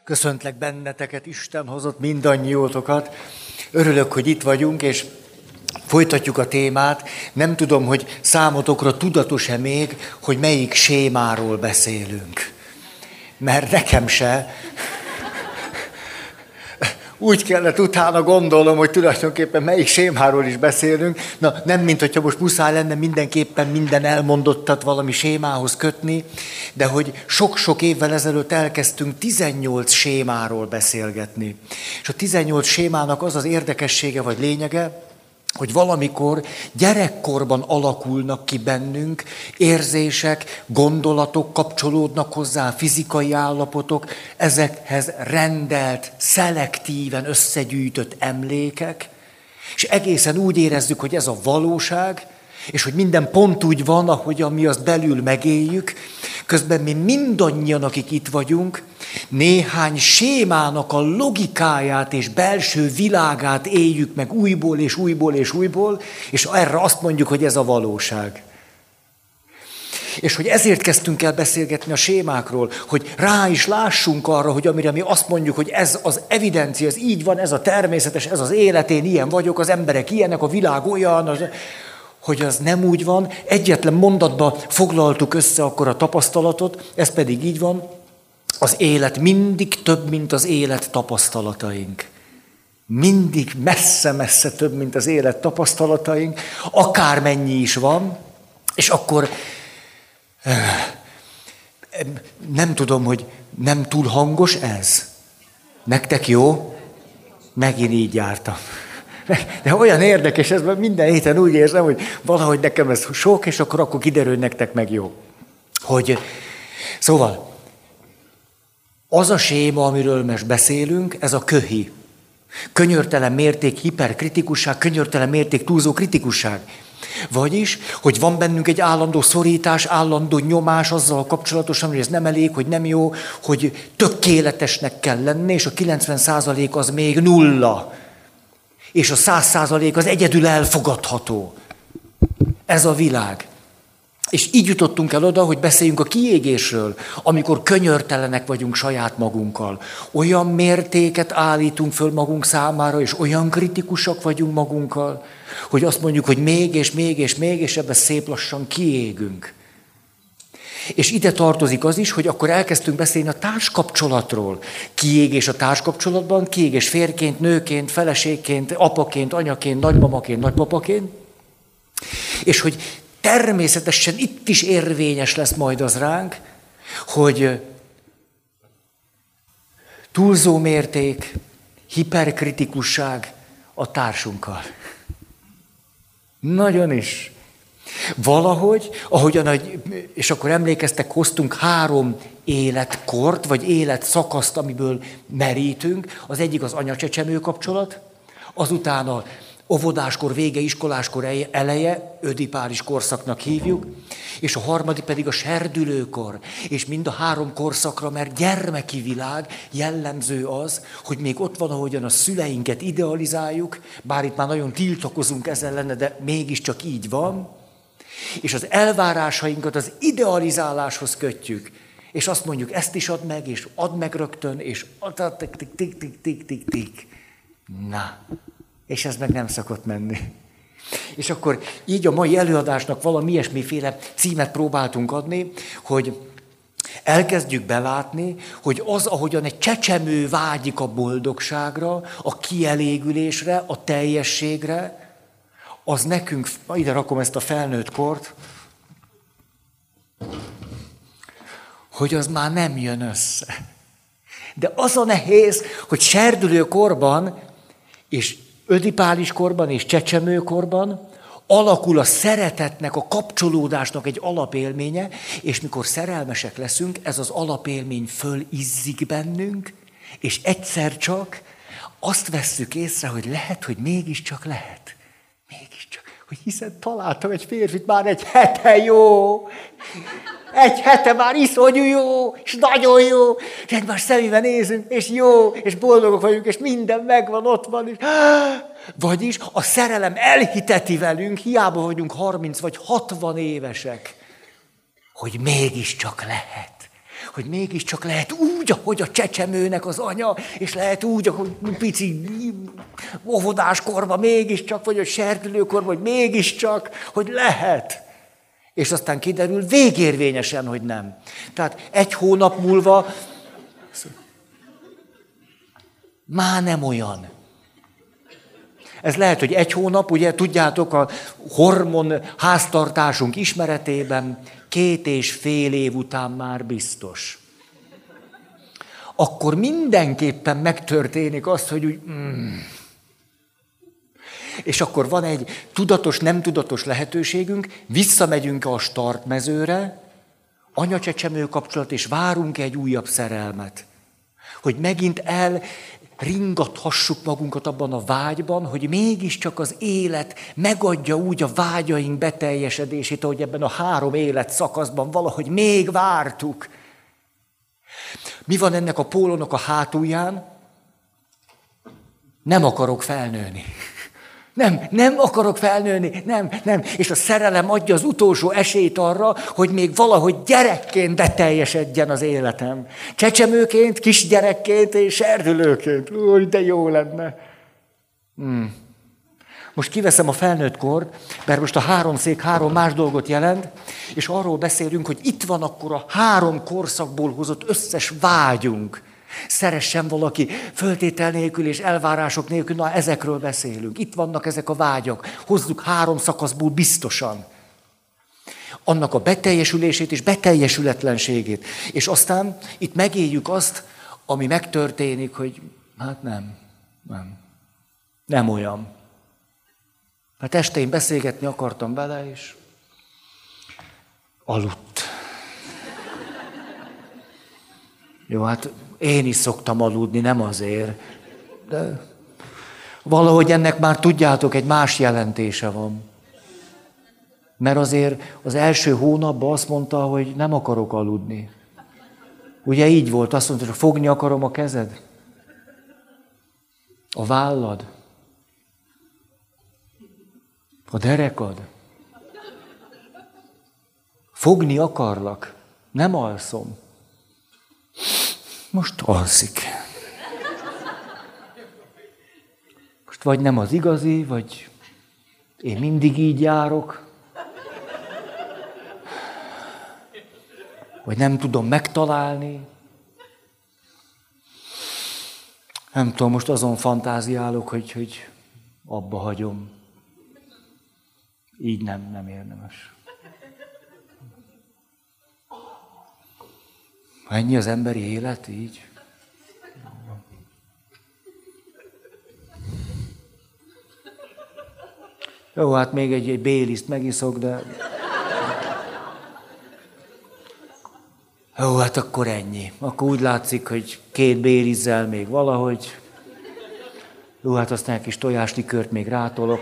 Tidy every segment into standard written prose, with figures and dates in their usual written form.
Köszöntlek benneteket, Isten hozott mindannyiótokat. Örülök, hogy itt vagyunk, és folytatjuk a témát. Nem tudom, hogy számotokra tudatos-e még, hogy melyik sémáról beszélünk. Mert nekem se. Úgy kellett utána gondolom, hogy tulajdonképpen melyik sémáról is beszélünk. Na, nem mint hogyha most muszáj lenne mindenképpen minden elmondottat valami sémához kötni, de hogy sok-sok évvel ezelőtt elkezdtünk 18 sémáról beszélgetni. És a 18 sémának az az érdekessége vagy lényege, hogy valamikor gyerekkorban alakulnak ki bennünk, érzések, gondolatok kapcsolódnak hozzá, fizikai állapotok, ezekhez rendelt, szelektíven összegyűjtött emlékek, és egészen úgy érezzük, hogy ez a valóság, és hogy minden pont úgy van, ahogy mi azt belül megéljük, közben mi mindannyian, akik itt vagyunk, néhány sémának a logikáját és belső világát éljük meg újból és újból és újból, és erre azt mondjuk, hogy ez a valóság. És hogy ezért kezdtünk el beszélgetni a sémákról, hogy rá is lássunk arra, hogy amire mi azt mondjuk, hogy ez az evidencia, ez így van, ez a természetes, ez az élet, én ilyen vagyok, az emberek ilyenek, a világ olyan, hogy az nem úgy van. Egyetlen mondatba foglaltuk össze akkor a tapasztalatot, ez pedig így van, az élet mindig több, mint az élet tapasztalataink. Mindig messze-messze több, mint az élet tapasztalataink, akármennyi is van, és akkor nem tudom, hogy nem túl hangos ez? Nektek jó? Megint így jártam. De olyan érdekes ez, mert minden héten úgy érzem, hogy valahogy nekem ez sok, és akkor kiderül, hogy nektek meg jó. Szóval, az a séma, amiről most beszélünk, ez a köhi. Könyörtelen mérték, hiperkritikusság, könyörtelen mérték, túlzó kritikusság. Vagyis, hogy van bennünk egy állandó szorítás, állandó nyomás azzal kapcsolatosan, hogy ez nem elég, hogy nem jó, hogy tökéletesnek kell lenni, és a 90% az még nulla. És a 100% az egyedül elfogadható. Ez a világ. És így jutottunk el oda, hogy beszéljünk a kiégésről, amikor könyörtelenek vagyunk saját magunkkal. Olyan mértéket állítunk föl magunk számára, és olyan kritikusak vagyunk magunkkal, hogy azt mondjuk, hogy még, és ebben szép lassan kiégünk. És ide tartozik az is, hogy akkor elkezdtünk beszélni a társkapcsolatról. Kiégés a társkapcsolatban, kiégés férjként, nőként, feleségként, apaként, anyaként, nagymamaként, nagypapaként. És hogy természetesen itt is érvényes lesz majd az ránk, hogy túlzó mérték, hiperkritikusság a társunkkal. Nagyon is. Valahogy, ahogyan, és akkor emlékeztek, hoztunk 3 életkort, vagy életszakaszt, amiből merítünk. Az egyik az anyacsecsemő kapcsolat, azután a óvodáskor vége, iskoláskor eleje, ödipális korszaknak hívjuk, és a harmadik pedig a serdülőkor. És mind a 3 korszakra, mert gyermeki világ jellemző az, hogy még ott van, ahogyan a szüleinket idealizáljuk, bár itt már nagyon tiltakozunk ezzel lenne, de mégiscsak így van, és az elvárásainkat az idealizáláshoz kötjük, és azt mondjuk, ezt is add meg, és add meg rögtön, és tik. Na, és ez meg nem szokott menni. És akkor így a mai előadásnak valami ilyesmiféle címet próbáltunk adni, hogy elkezdjük belátni, hogy az, ahogyan egy csecsemő vágyik a boldogságra, a kielégülésre, a teljességre, az nekünk, ide rakom ezt a felnőtt kort, hogy az már nem jön össze. De az a nehéz, hogy serdülőkorban, és ödipális korban, és csecsemőkorban alakul a szeretetnek, a kapcsolódásnak egy alapélménye, és mikor szerelmesek leszünk, ez az alapélmény fölizzik bennünk, és egyszer csak azt vesszük észre, hogy lehet, hogy mégiscsak lehet. Mégiscsak. Hogy hiszen találtam egy férfit, már egy hete jó. Egy hete már iszonyú jó, és nagyon jó, és egymás szemébe nézünk, és jó, és boldogok vagyunk, és minden megvan, ott van. És... Vagyis a szerelem elhiteti velünk, hiába vagyunk 30 vagy 60 évesek, hogy mégiscsak lehet. Hogy mégiscsak lehet úgy, ahogy a csecsemőnek az anya, és lehet úgy, ahogy pici óvodáskorban mégiscsak, vagy a serdülőkorban, vagy mégiscsak, hogy lehet. És aztán kiderül végérvényesen, hogy nem. Tehát 1 hónap múlva már nem olyan. Ez lehet, hogy 1 hónap, ugye tudjátok, a hormon háztartásunk ismeretében 2,5 év után már biztos. Akkor mindenképpen megtörténik az, hogy úgy... És akkor van egy tudatos, nem tudatos lehetőségünk, visszamegyünk a startmezőre, anya-csecsemő kapcsolat, és várunk egy újabb szerelmet. Hogy megint ringathassuk magunkat abban a vágyban, hogy mégiscsak az élet megadja úgy a vágyaink beteljesedését, ahogy ebben a 3 életszakaszban valahogy még vártuk. Mi van ennek a pólónak a hátulján? Nem akarok felnőni. Nem akarok felnőni, nem. És a szerelem adja az utolsó esélyt arra, hogy még valahogy gyerekként beteljesedjen az életem. Csecsemőként, kisgyerekként és serdülőként. Új, de jó lenne. Most kiveszem a felnőtt kort, mert most a 3 szék 3 más dolgot jelent, és arról beszélünk, hogy itt van akkor a 3 korszakból hozott összes vágyunk. Szeressen valaki föltétel nélkül és elvárások nélkül, na ezekről beszélünk. Itt vannak ezek a vágyak, hozzuk 3 szakaszból biztosan. Annak a beteljesülését és beteljesületlenségét. És aztán itt megéljük azt, ami megtörténik, hogy hát nem olyan. Hát este én beszélgetni akartam vele, és aludt. Jó, hát én is szoktam aludni, nem azért. De valahogy ennek már tudjátok, egy más jelentése van. Mert azért az első hónapban azt mondta, hogy nem akarok aludni. Ugye így volt, azt mondta, hogy fogni akarom a kezed. A vállad. A derekad. Fogni akarlak. Nem alszom. Most alszik. Most vagy nem az igazi, vagy én mindig így járok. Vagy nem tudom megtalálni. Nem tudom, most azon fantáziálok, hogy abba hagyom. Így nem érdemes. Ennyi az emberi élet, így. Jó, hát még egy Baileys-t megiszok, de... Jó, hát akkor ennyi. Akkor úgy látszik, hogy 2 Baileys-zel még valahogy. Jó, hát aztán egy kis tojáslikört még rátolok.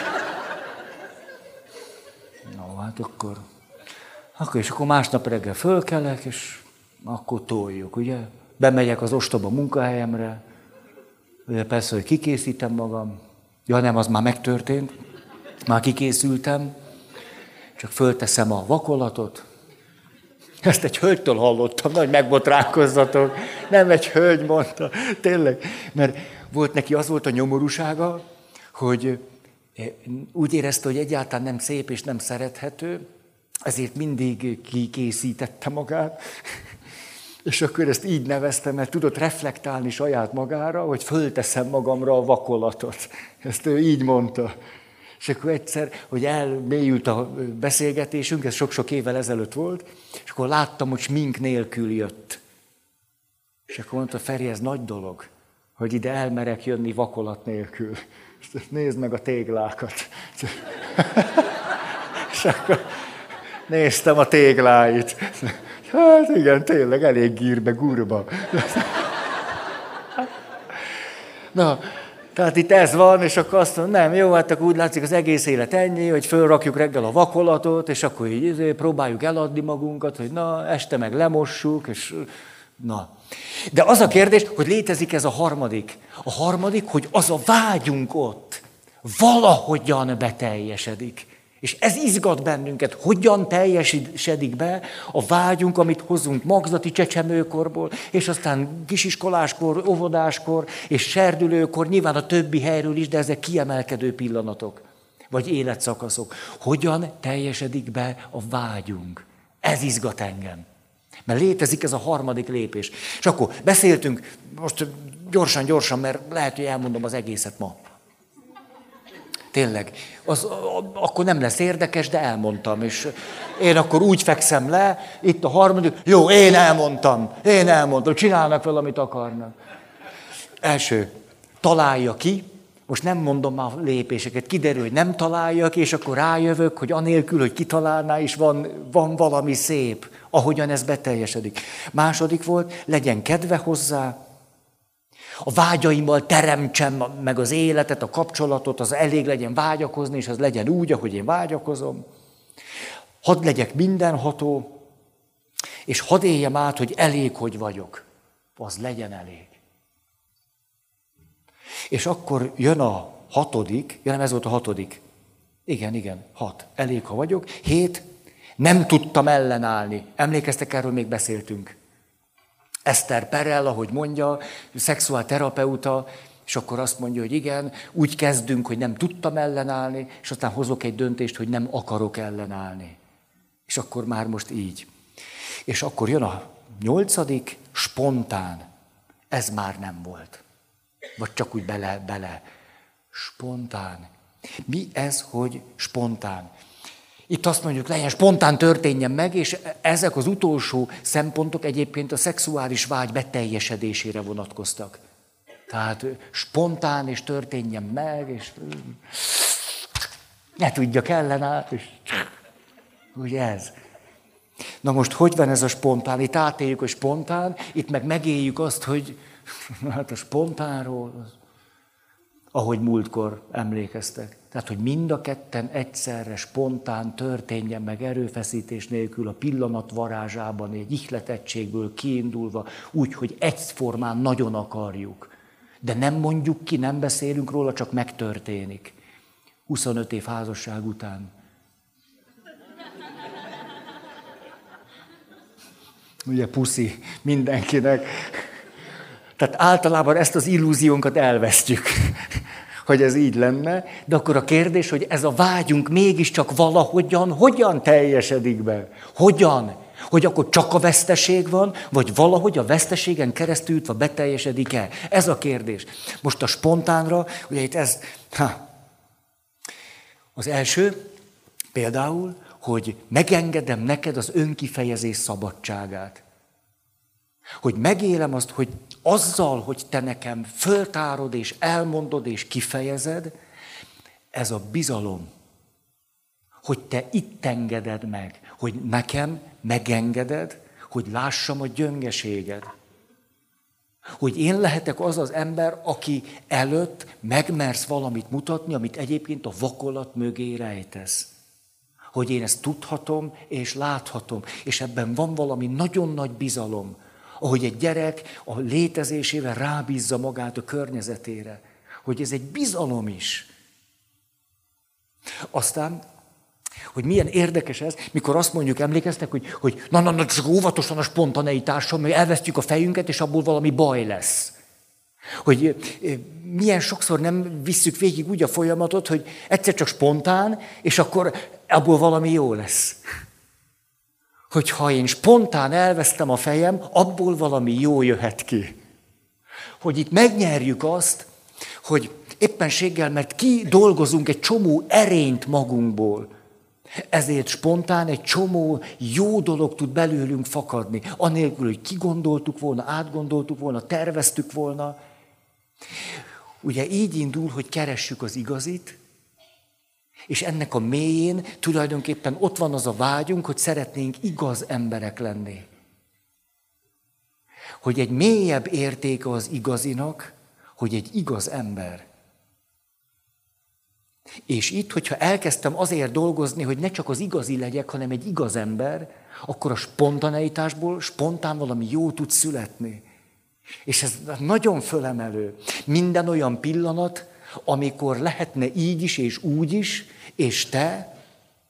No, hát akkor és akkor másnap reggel fölkelek, és akkor toljuk, ugye? Bemegyek az ostoba munkahelyemre, ugye persze, hogy kikészítem magam. Ja nem, az már megtörtént, már kikészültem, csak fölteszem a vakolatot. Ezt egy hölgytől hallottam, nagy megbotránkozzatok. Nem egy hölgy mondta, tényleg. Mert volt neki, az volt a nyomorúsága, hogy úgy érezte, hogy egyáltalán nem szép és nem szerethető, ezért mindig kikészítette magát. És akkor ezt így neveztem, mert tudott reflektálni saját magára, hogy fölteszem magamra a vakolatot. Ezt ő így mondta. És akkor egyszer, hogy elmélyült a beszélgetésünk, ez sok-sok évvel ezelőtt volt, és akkor láttam, hogy smink nélkül jött. És akkor mondta, Feri, ez nagy dolog, hogy ide elmerek jönni vakolat nélkül. És nézd meg a téglákat. És akkor néztem a tégláit. Hát igen, tényleg elég gírbe, gurba. Na, tehát itt ez van, és akkor azt mondom, nem, jó, hát akkor úgy látszik az egész élet ennyi, hogy fölrakjuk reggel a vakolatot, és akkor így próbáljuk eladni magunkat, hogy na, este meg lemossuk, és na. De az a kérdés, hogy létezik ez a harmadik. A harmadik, hogy az a vágyunk ott valahogyan beteljesedik. És ez izgat bennünket, hogyan teljesedik be a vágyunk, amit hozunk magzati csecsemőkorból, és aztán kisiskoláskor, óvodáskor, és serdülőkor, nyilván a többi helyről is, de ezek kiemelkedő pillanatok, vagy életszakaszok. Hogyan teljesedik be a vágyunk? Ez izgat engem. Mert létezik ez a harmadik lépés. És akkor beszéltünk, most gyorsan, mert lehet, hogy elmondom az egészet ma. Tényleg. Akkor nem lesz érdekes, de elmondtam. És én akkor úgy fekszem le, itt a harmadik, jó, én elmondtam, csinálnak vele, amit akarnak. Első, találja ki, most nem mondom már lépéseket, kiderül, hogy nem találja ki, és akkor rájövök, hogy anélkül, hogy kitalálná, is van valami szép, ahogyan ez beteljesedik. Második volt, legyen kedve hozzá, a vágyaimmal teremtsem meg az életet, a kapcsolatot, az elég legyen vágyakozni, és az legyen úgy, ahogy én vágyakozom. Hadd legyek mindenható, és hadd éljem át, hogy elég, hogy vagyok. Az legyen elég. És akkor jön a hatodik, nem ez volt a hatodik. Igen, 6. Elég, ha vagyok. 7. Nem tudtam ellenállni. Emlékeztek, erről még beszéltünk. Eszter Perel, ahogy mondja, szexuálterapeuta, és akkor azt mondja, hogy igen, úgy kezdünk, hogy nem tudtam ellenállni, és aztán hozok egy döntést, hogy nem akarok ellenállni. És akkor már most így. És akkor jön a 8. spontán. Ez már nem volt. Vagy csak úgy bele. Spontán. Mi ez, hogy spontán? Itt azt mondjuk, legyen spontán, történjen meg, és ezek az utolsó szempontok egyébként a szexuális vágy beteljesedésére vonatkoztak. Tehát spontán, és történjen meg, és ne tudjak ellenállni, és úgy ez. Na most, hogy van ez a spontán? Itt átéljük a spontán, itt meg megéljük azt, hogy hát a spontánról, ahogy múltkor emlékeztek. Tehát, hogy mind a ketten egyszerre spontán történjen meg erőfeszítés nélkül a pillanat varázsában, egy ihletettségből kiindulva, úgy, hogy egyformán nagyon akarjuk. De nem mondjuk ki, nem beszélünk róla, csak megtörténik. 25 év házasság után. Ugye puszi mindenkinek. Tehát általában ezt az illúziónkat elvesztjük, hogy ez így lenne, de akkor a kérdés, hogy ez a vágyunk mégiscsak valahogyan, hogyan teljesedik be? Hogyan? Hogy akkor csak a veszteség van, vagy valahogy a veszteségen keresztül jutva beteljesedik-e? Ez a kérdés. Most a spontánra, ugye itt ez, az első például, hogy megengedem neked az önkifejezés szabadságát. Hogy megélem azt, hogy azzal, hogy te nekem föltárod, és elmondod, és kifejezed, ez a bizalom, hogy te itt engeded meg, hogy nekem megengeded, hogy lássam a gyöngeséged. Hogy én lehetek az az ember, aki előtt megmersz valamit mutatni, amit egyébként a vakolat mögé rejtesz. Hogy én ezt tudhatom és láthatom, és ebben van valami nagyon nagy bizalom, ahogy egy gyerek a létezésével rábízza magát a környezetére. Hogy ez egy bizalom is. Aztán, hogy milyen érdekes ez, mikor azt mondjuk, emlékeztek, hogy na, csak óvatosan a spontaneitással, mert elvesztjük a fejünket, és abból valami baj lesz. Hogy milyen sokszor nem visszük végig úgy a folyamatot, hogy egyszer csak spontán, és akkor abból valami jó lesz. Hogyha én spontán elvesztem a fejem, abból valami jó jöhet ki. Hogy itt megnyerjük azt, hogy éppenséggel, mert kidolgozunk egy csomó erényt magunkból, ezért spontán egy csomó jó dolog tud belőlünk fakadni, anélkül, hogy kigondoltuk volna, átgondoltuk volna, terveztük volna. Ugye így indul, hogy keressük az igazit, és ennek a mélyén tulajdonképpen ott van az a vágyunk, hogy szeretnénk igaz emberek lenni. Hogy egy mélyebb értéke az igazinak, hogy egy igaz ember. És itt, hogyha elkezdtem azért dolgozni, hogy ne csak az igazi legyek, hanem egy igaz ember, akkor a spontaneitásból spontán valami jó tud születni. És ez nagyon fölemelő. Minden olyan pillanat, amikor lehetne így is és úgy is, és te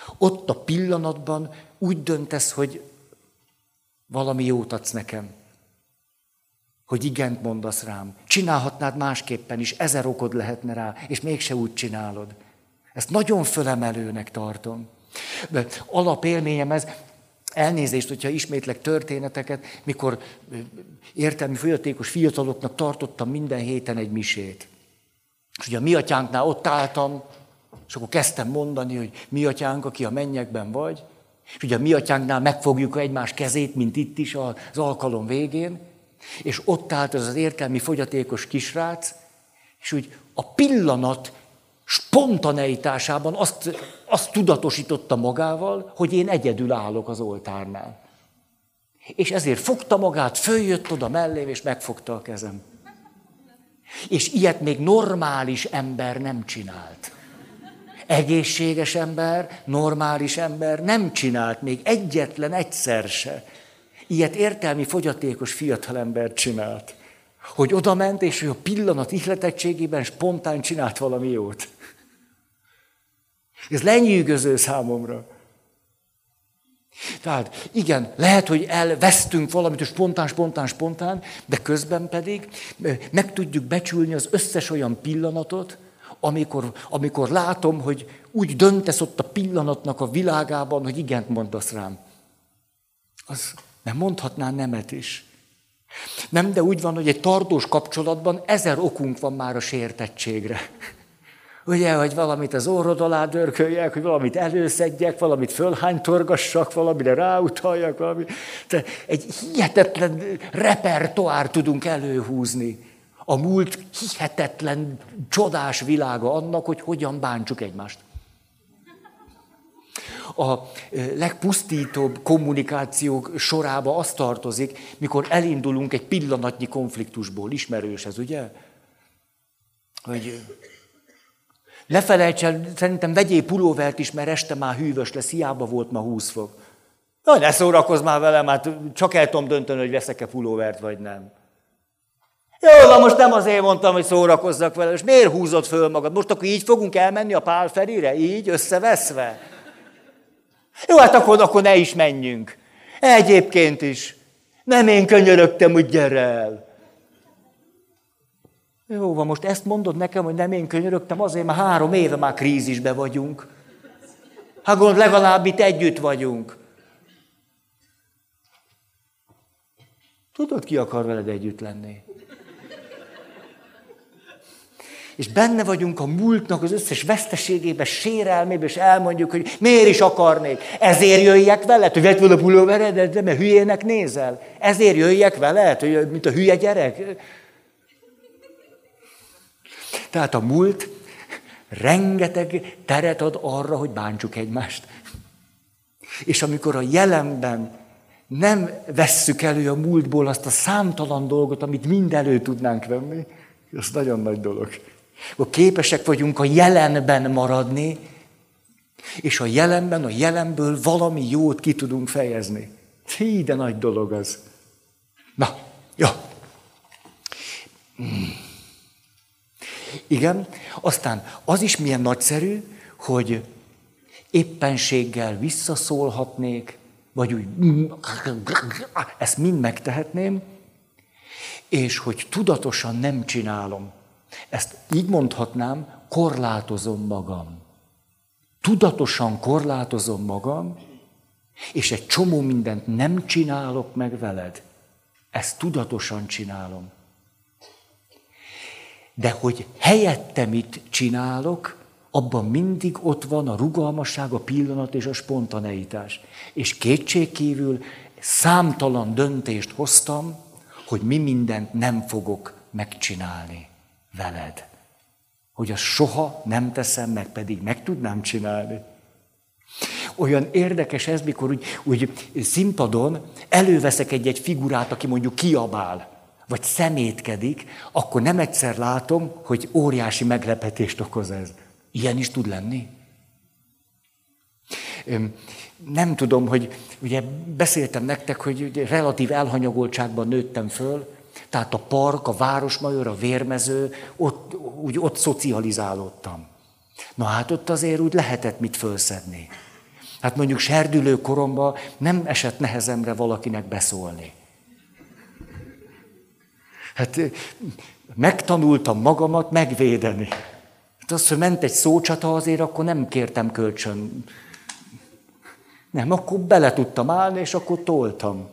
Ott a pillanatban úgy döntesz, hogy valami jót adsz nekem. Hogy igent mondasz rám. Csinálhatnád másképpen is, 1000 okod lehetne rá, és mégse úgy csinálod. Ezt nagyon fölemelőnek tartom. De alapélményem ez, elnézést, hogyha ismétlek történeteket, mikor értelmi fogyatékos fiataloknak tartottam minden héten egy misét. És ugye a mi atyánknál ott álltam, és akkor kezdtem mondani, hogy mi atyánk, aki a mennyekben vagy. És ugye a mi atyánknál megfogjuk egymás kezét, mint itt is az alkalom végén. És ott állt az értelmi fogyatékos kisrác, és úgy a pillanat spontaneitásában azt tudatosította magával, hogy én egyedül állok az oltárnál. És ezért fogta magát, följött oda mellém, és megfogta a kezem. És ilyet még normális ember nem csinált. Egészséges ember, normális ember nem csinált még egyetlen egyszer se. Ilyet értelmi fogyatékos fiatalember csinált. Hogy odament, és ő a pillanat ihletettségében spontán csinált valami jót. Ez lenyűgöző számomra. Tehát igen, lehet, hogy elvesztünk valamit, spontán, de közben pedig meg tudjuk becsülni az összes olyan pillanatot, amikor látom, hogy úgy döntesz ott a pillanatnak a világában, hogy igent mondasz rám. Az nem mondhatná nemet is. Nem, de úgy van, hogy egy tartós kapcsolatban 1000 okunk van már a sértettségre. Ugye, hogy valamit az orrod alá dörköljek, hogy valamit előszedjek, valamit fölhánytorgassak, valamire ráutaljak, valami. Tehát egy hihetetlen repertoár tudunk előhúzni. A múlt hihetetlen, csodás világa annak, hogy hogyan bántsuk egymást. A legpusztítóbb kommunikációk sorába az tartozik, mikor elindulunk egy pillanatnyi konfliktusból. Ismerős ez, ugye? Hogy ne felejts el, szerintem vegyél pulóvert is, mert este már hűvös lesz, hiába volt ma 20 fok. Na, ne szórakozz már velem, hát csak el tudom dönteni, hogy veszek-e pulóvert, vagy nem. Jó, na most nem azért mondtam, hogy szórakozzak vele, és miért húzod föl magad? Most akkor így fogunk elmenni a Pál Ferire? Így, összeveszve? Jó, hát akkor ne is menjünk. Egyébként is. Nem én könyörögtem, hogy gyere el. Jó, van, most ezt mondod nekem, hogy nem én könyörögtem, azért már 3 éve már krízisbe vagyunk. Hát gond, legalább itt együtt vagyunk. Tudod, ki akar veled együtt lenni? És benne vagyunk a múltnak az összes veszteségében, sérelmében, és elmondjuk, hogy miért is akarnék. Ezért jöjjek veled, hogy vedd volna a pulóveredet, de mert hülyének nézel. Ezért jöjjek veled, hogy mint a hülye gyerek. Tehát a múlt rengeteg teret ad arra, hogy bántsuk egymást. És amikor a jelenben nem vesszük elő a múltból azt a számtalan dolgot, amit mind elő tudnánk venni, az nagyon nagy dolog. Akkor képesek vagyunk a jelenben maradni, és a jelenben, a jelenből valami jót ki tudunk fejezni. Hí, de nagy dolog az. Na, jó. Igen, aztán az is milyen nagyszerű, hogy éppenséggel visszaszólhatnék, vagy úgy, ezt mind megtehetném, és hogy tudatosan nem csinálom. Ezt így mondhatnám, korlátozom magam. Tudatosan korlátozom magam, és egy csomó mindent nem csinálok meg veled. Ezt tudatosan csinálom. De hogy helyette mit csinálok, abban mindig ott van a rugalmasság, a pillanat és a spontaneitás. És kétségkívül számtalan döntést hoztam, hogy mi mindent nem fogok megcsinálni veled. Hogy azt soha nem teszem meg, pedig meg tudnám csinálni. Olyan érdekes ez, mikor úgy színpadon előveszek egy figurát, aki mondjuk kiabál, vagy szemétkedik, akkor nem egyszer látom, hogy óriási meglepetést okoz ez. Ilyen is tud lenni? Nem tudom, hogy ugye beszéltem nektek, hogy relatív elhanyagoltságban nőttem föl, tehát a park, a Városmajor, a Vérmező, ott szocializálódtam. Na hát ott azért úgy lehetett mit fölszedni. Hát mondjuk serdülő koromban nem esett nehezemre valakinek beszólni. Hát megtanultam magamat megvédeni. Hát az, hogy ment egy szócsata azért, akkor nem kértem kölcsön. Nem, akkor bele tudtam állni, és akkor toltam.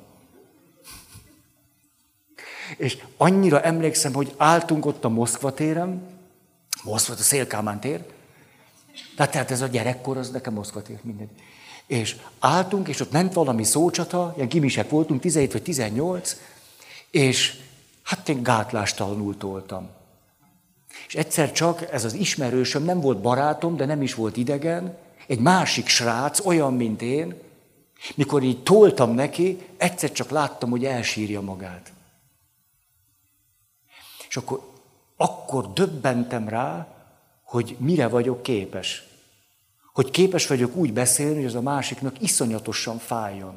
És annyira emlékszem, hogy álltunk ott a Moszkva téren, Moszkva, a Széll-Kálmán tér, tehát ez a gyerekkor, az nekem Moszkva tér, mindegy. És álltunk, és ott ment valami szócsata, ilyen gimisek voltunk, 17 vagy 18, és hát én gátlástalanul toltam. És egyszer csak ez az ismerősöm, nem volt barátom, de nem is volt idegen, egy másik srác, olyan, mint én, mikor így toltam neki, egyszer csak láttam, hogy elsírja magát. És akkor döbbentem rá, hogy mire vagyok képes. Hogy képes vagyok úgy beszélni, hogy az a másiknak iszonyatosan fájjon.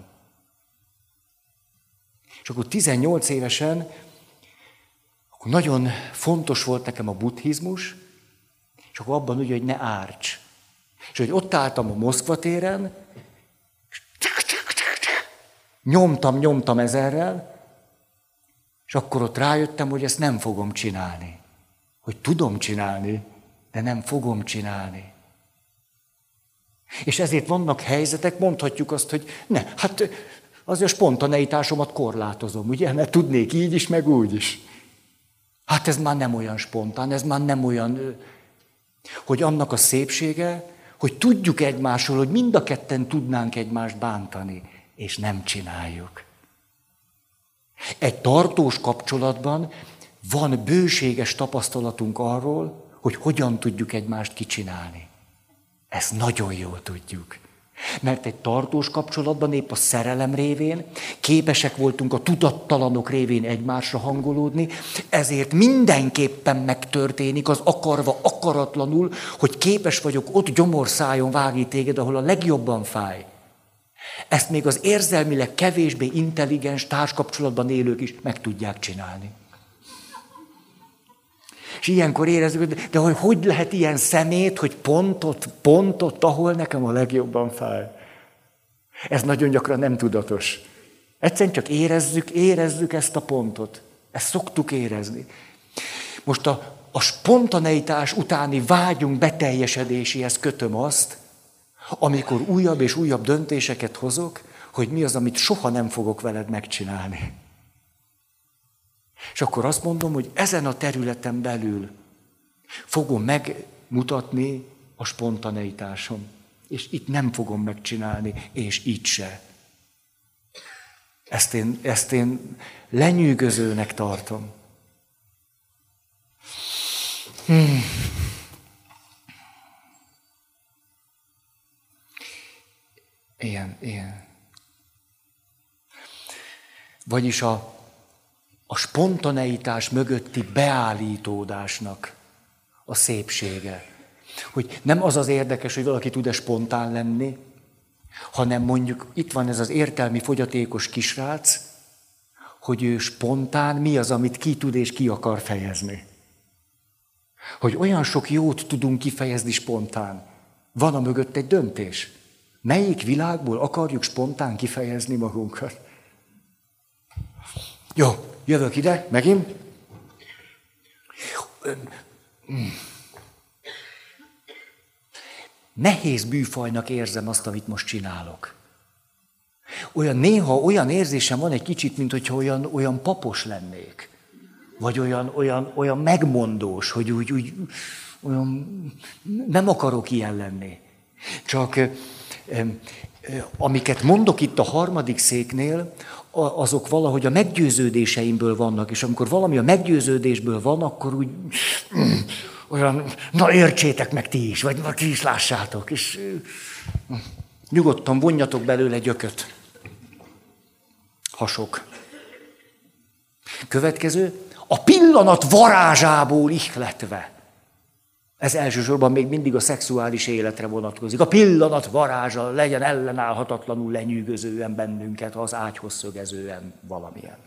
És akkor 18 évesen akkor nagyon fontos volt nekem a buddhizmus, és akkor abban úgy, hogy ne árts. És hogy ott álltam a Moszkva téren, és nyomtam ezerrel, és akkor ott rájöttem, hogy ezt nem fogom csinálni. Hogy tudom csinálni, de nem fogom csinálni. És ezért vannak helyzetek, mondhatjuk azt, hogy hát azért a spontaneitásomat korlátozom, ugye, mert tudnék így is, meg úgy is. Hát ez már nem olyan spontán, ez már nem olyan, hogy annak a szépsége, hogy tudjuk egymásról, hogy mind a ketten tudnánk egymást bántani, és nem csináljuk. Egy tartós kapcsolatban van bőséges tapasztalatunk arról, hogy hogyan tudjuk egymást kicsinálni. Ezt nagyon jól tudjuk. Mert egy tartós kapcsolatban épp a szerelem révén képesek voltunk a tudattalanok révén egymásra hangolódni, ezért mindenképpen megtörténik az akarva, akaratlanul, hogy képes vagyok ott gyomorszájon vágni téged, ahol a legjobban fáj. Ezt még az érzelmileg kevésbé intelligens társkapcsolatban élők is meg tudják csinálni. És ilyenkor érezzük, de hogy lehet ilyen szemét, hogy pontot, ahol nekem a legjobban fáj. Ez nagyon gyakran nem tudatos. Egyszerűen csak érezzük ezt a pontot. Ezt szoktuk érezni. Most a spontaneitás utáni vágyunk beteljesedéséhez kötöm azt, amikor újabb és újabb döntéseket hozok, hogy mi az, amit soha nem fogok veled megcsinálni. És akkor azt mondom, hogy ezen a területen belül fogom megmutatni a spontaneitásom. És itt nem fogom megcsinálni, és itt se. Ezt én lenyűgözőnek tartom. Ilyen. Vagyis a spontaneitás mögötti beállítódásnak a szépsége. Hogy nem az az érdekes, hogy valaki tud-e spontán lenni, hanem mondjuk itt van ez az értelmi fogyatékos kisrác, hogy ő spontán, mi az, amit ki tud és ki akar fejezni. Hogy olyan sok jót tudunk kifejezni spontán. Van a mögött egy döntés. Melyik világból akarjuk spontán kifejezni magunkat? Jó, jövök ide, megint. Nehéz bűfajnak érzem azt, amit most csinálok. Néha olyan érzésem van egy kicsit, mint hogyha olyan papos lennék. Vagy olyan megmondós, hogy úgy olyan nem akarok ilyen lenni. Csak amiket mondok itt a harmadik széknél, azok valahogy a meggyőződéseimből vannak, és amikor valami a meggyőződésből van, akkor úgy olyan, na értsétek meg ti is, vagy ti is lássátok, és nyugodtan vonjatok belőle gyököt. Hasok. Következő, a pillanat varázsából ihletve. Ez elsősorban még mindig a szexuális életre vonatkozik. A pillanat varázsa legyen ellenállhatatlanul lenyűgözően bennünket, az ágyhoz szögezően valamilyen.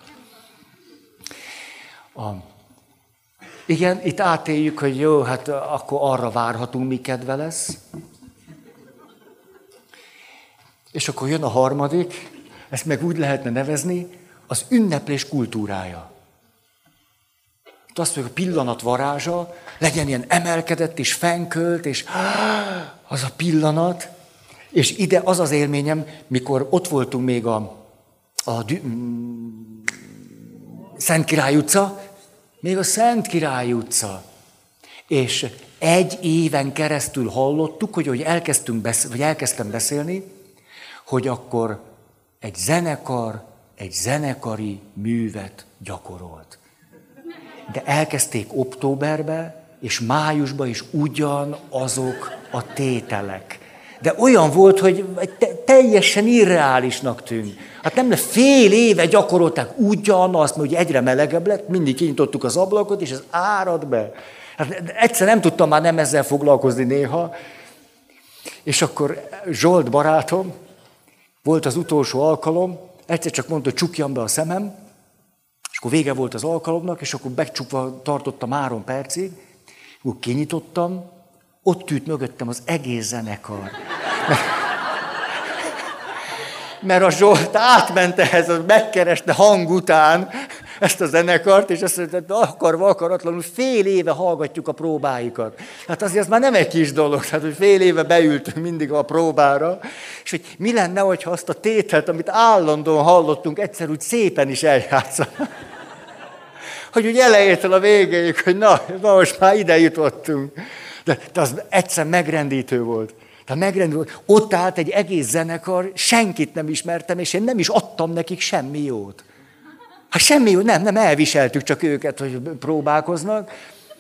Igen, itt átéljük, hogy jó, hát akkor arra várhatunk, mi kedve lesz. És akkor jön a harmadik, ezt meg úgy lehetne nevezni, az ünneplés kultúrája. Azt mondjuk, a pillanat varázsa, legyen ilyen emelkedett és fenkölt, és az a pillanat. És ide az az élményem, mikor ott voltunk még a Szent Király utca, még a Szent Király utca. És egy éven keresztül hallottuk, hogy elkezdtem beszélni, hogy akkor egy zenekar egy zenekari művet gyakorolt. De elkezdték októberbe, és májusban is ugyanazok a tételek. De olyan volt, hogy teljesen irreálisnak tűnt. Hát nem, fél éve gyakorolták ugyanazt, mert ugye egyre melegebb lett, mindig kinyitottuk az ablakot, és ez árad be. Hát egyszer nem tudtam már nem ezzel foglalkozni néha. És akkor Zsolt barátom, volt az utolsó alkalom, egyszer csak mondta, hogy csukjam be a szemem, és akkor vége volt az alkalomnak, és akkor becsukva tartottam 3 percig, akkor kinyitottam, ott ült mögöttem az egész zenekar. Mert a Zsolt átment ehhez, megkereste hang után ezt a zenekart, és azt mondta, akarva, akaratlanul fél éve hallgatjuk a próbáikat. Hát azért az már nem egy kis dolog, tehát hogy fél éve beültünk mindig a próbára, és hogy mi lenne, hogyha azt a tételt, amit állandóan hallottunk, egyszer úgy szépen is eljátszanak. Hogy úgy elejétől a végéig, hogy na most már ide jutottunk. De az egyszer megrendítő volt. Tehát megrendítő volt. Ott állt egy egész zenekar, senkit nem ismertem, és én nem is adtam nekik semmi jót. Hát semmi jót, nem elviseltük csak őket, hogy próbálkoznak.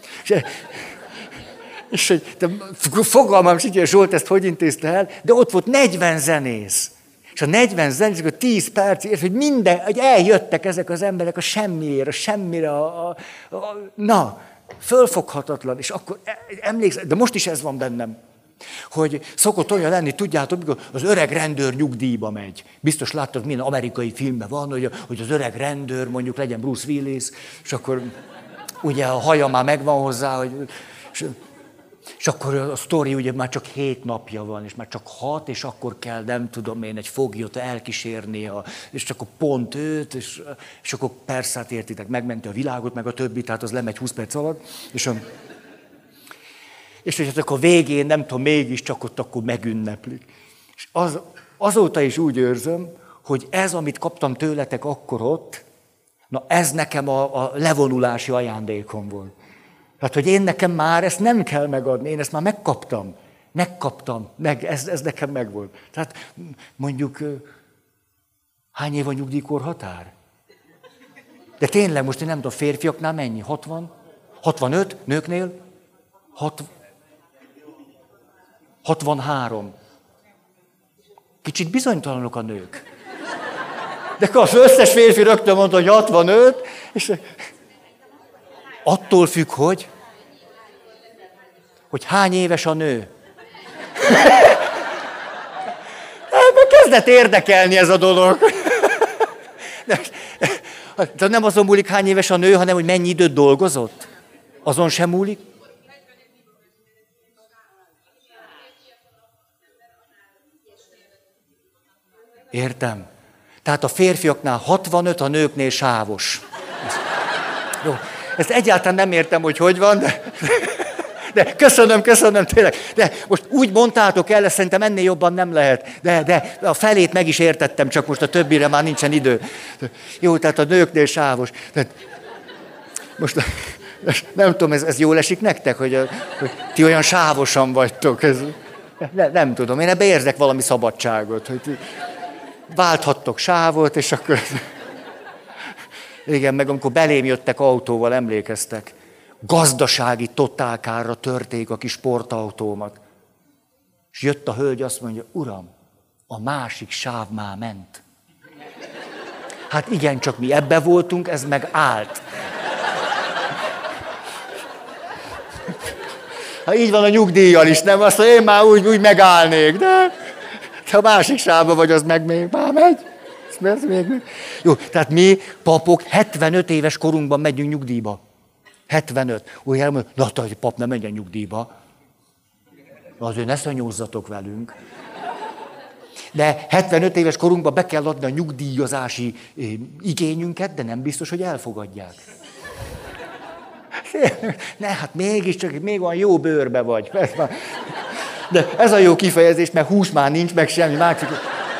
És fogalmam sincs, hogy Zsolt ezt hogy intézte el, de ott volt 40 zenész. És a 40 zenész, akkor 10 percig, hogy eljöttek ezek az emberek a semmire, na, fölfoghatatlan. És akkor emlékszem, de most is ez van bennem, hogy szokott olyan lenni, tudjátok, mikor az öreg rendőr nyugdíjba megy. Biztos láttad, milyen amerikai filmben van, hogy az öreg rendőr, mondjuk legyen Bruce Willis, és akkor ugye a haja már megvan hozzá, hogy... És akkor a sztori ugye már csak 7 napja van, és már csak 6, és akkor kell, nem tudom én, egy foglyot elkísérni, és akkor pont őt, és akkor persze, hát értitek, megmenti a világot, meg a többi, tehát az lemegy 20 perc alatt, és hogy hát akkor végén, nem tudom, mégiscsak ott akkor megünneplik. És azóta is úgy érzem, hogy ez, amit kaptam tőletek akkor ott, na ez nekem a levonulási ajándékom volt. Hát, hogy én nekem már ezt nem kell megadni, én ezt már megkaptam, ez nekem megvolt. Tehát mondjuk, hány év a nyugdíjkorhatár? De tényleg most én nem tudom, férfiaknál mennyi? 60? 65? Nőknél? 63. Kicsit bizonytalanok a nők. De az összes férfi rögtön mondta, hogy 65, és... Attól függ, hogy hány éves a nő. Kezdett érdekelni ez a dolog. De nem azon múlik, hány éves a nő, hanem hogy mennyi időt dolgozott. Azon sem múlik. Értem. Tehát a férfiaknál 65, a nőknél sávos. Jó. Ezt egyáltalán nem értem, hogy van, de köszönöm tényleg. De most úgy mondtátok el, szerintem ennél jobban nem lehet. De a felét meg is értettem, csak most a többire már nincsen idő. Jó, tehát a nőknél sávos. Most nem tudom, ez jól esik nektek, hogy ti olyan sávosan vagytok. Nem tudom, én ebbe érzek valami szabadságot, hogy válthattok sávot, és akkor... Igen, meg amikor belém jöttek autóval, emlékeztek, gazdasági totálkárra törték a kis sportautómat. És jött a hölgy, azt mondja, uram, a másik sáv már ment. Hát igen, csak mi ebbe voltunk, ez meg állt. Ha így van a nyugdíjjal is, nem? Azt mondja, én már úgy megállnék, de a másik sávba vagy, az meg még már megy. Jó, tehát mi, papok, 75 éves korunkban megyünk nyugdíjba. 75. Úgy elmondja, na, hogy pap nem menjen nyugdíjba. Azért ne szanyózzatok velünk. De 75 éves korunkban be kell adni a nyugdíjazási igényünket, de nem biztos, hogy elfogadják. Ne, hát mégiscsak még olyan jó bőrbe vagy. De ez a jó kifejezés, mert hús már nincs, meg semmi másik.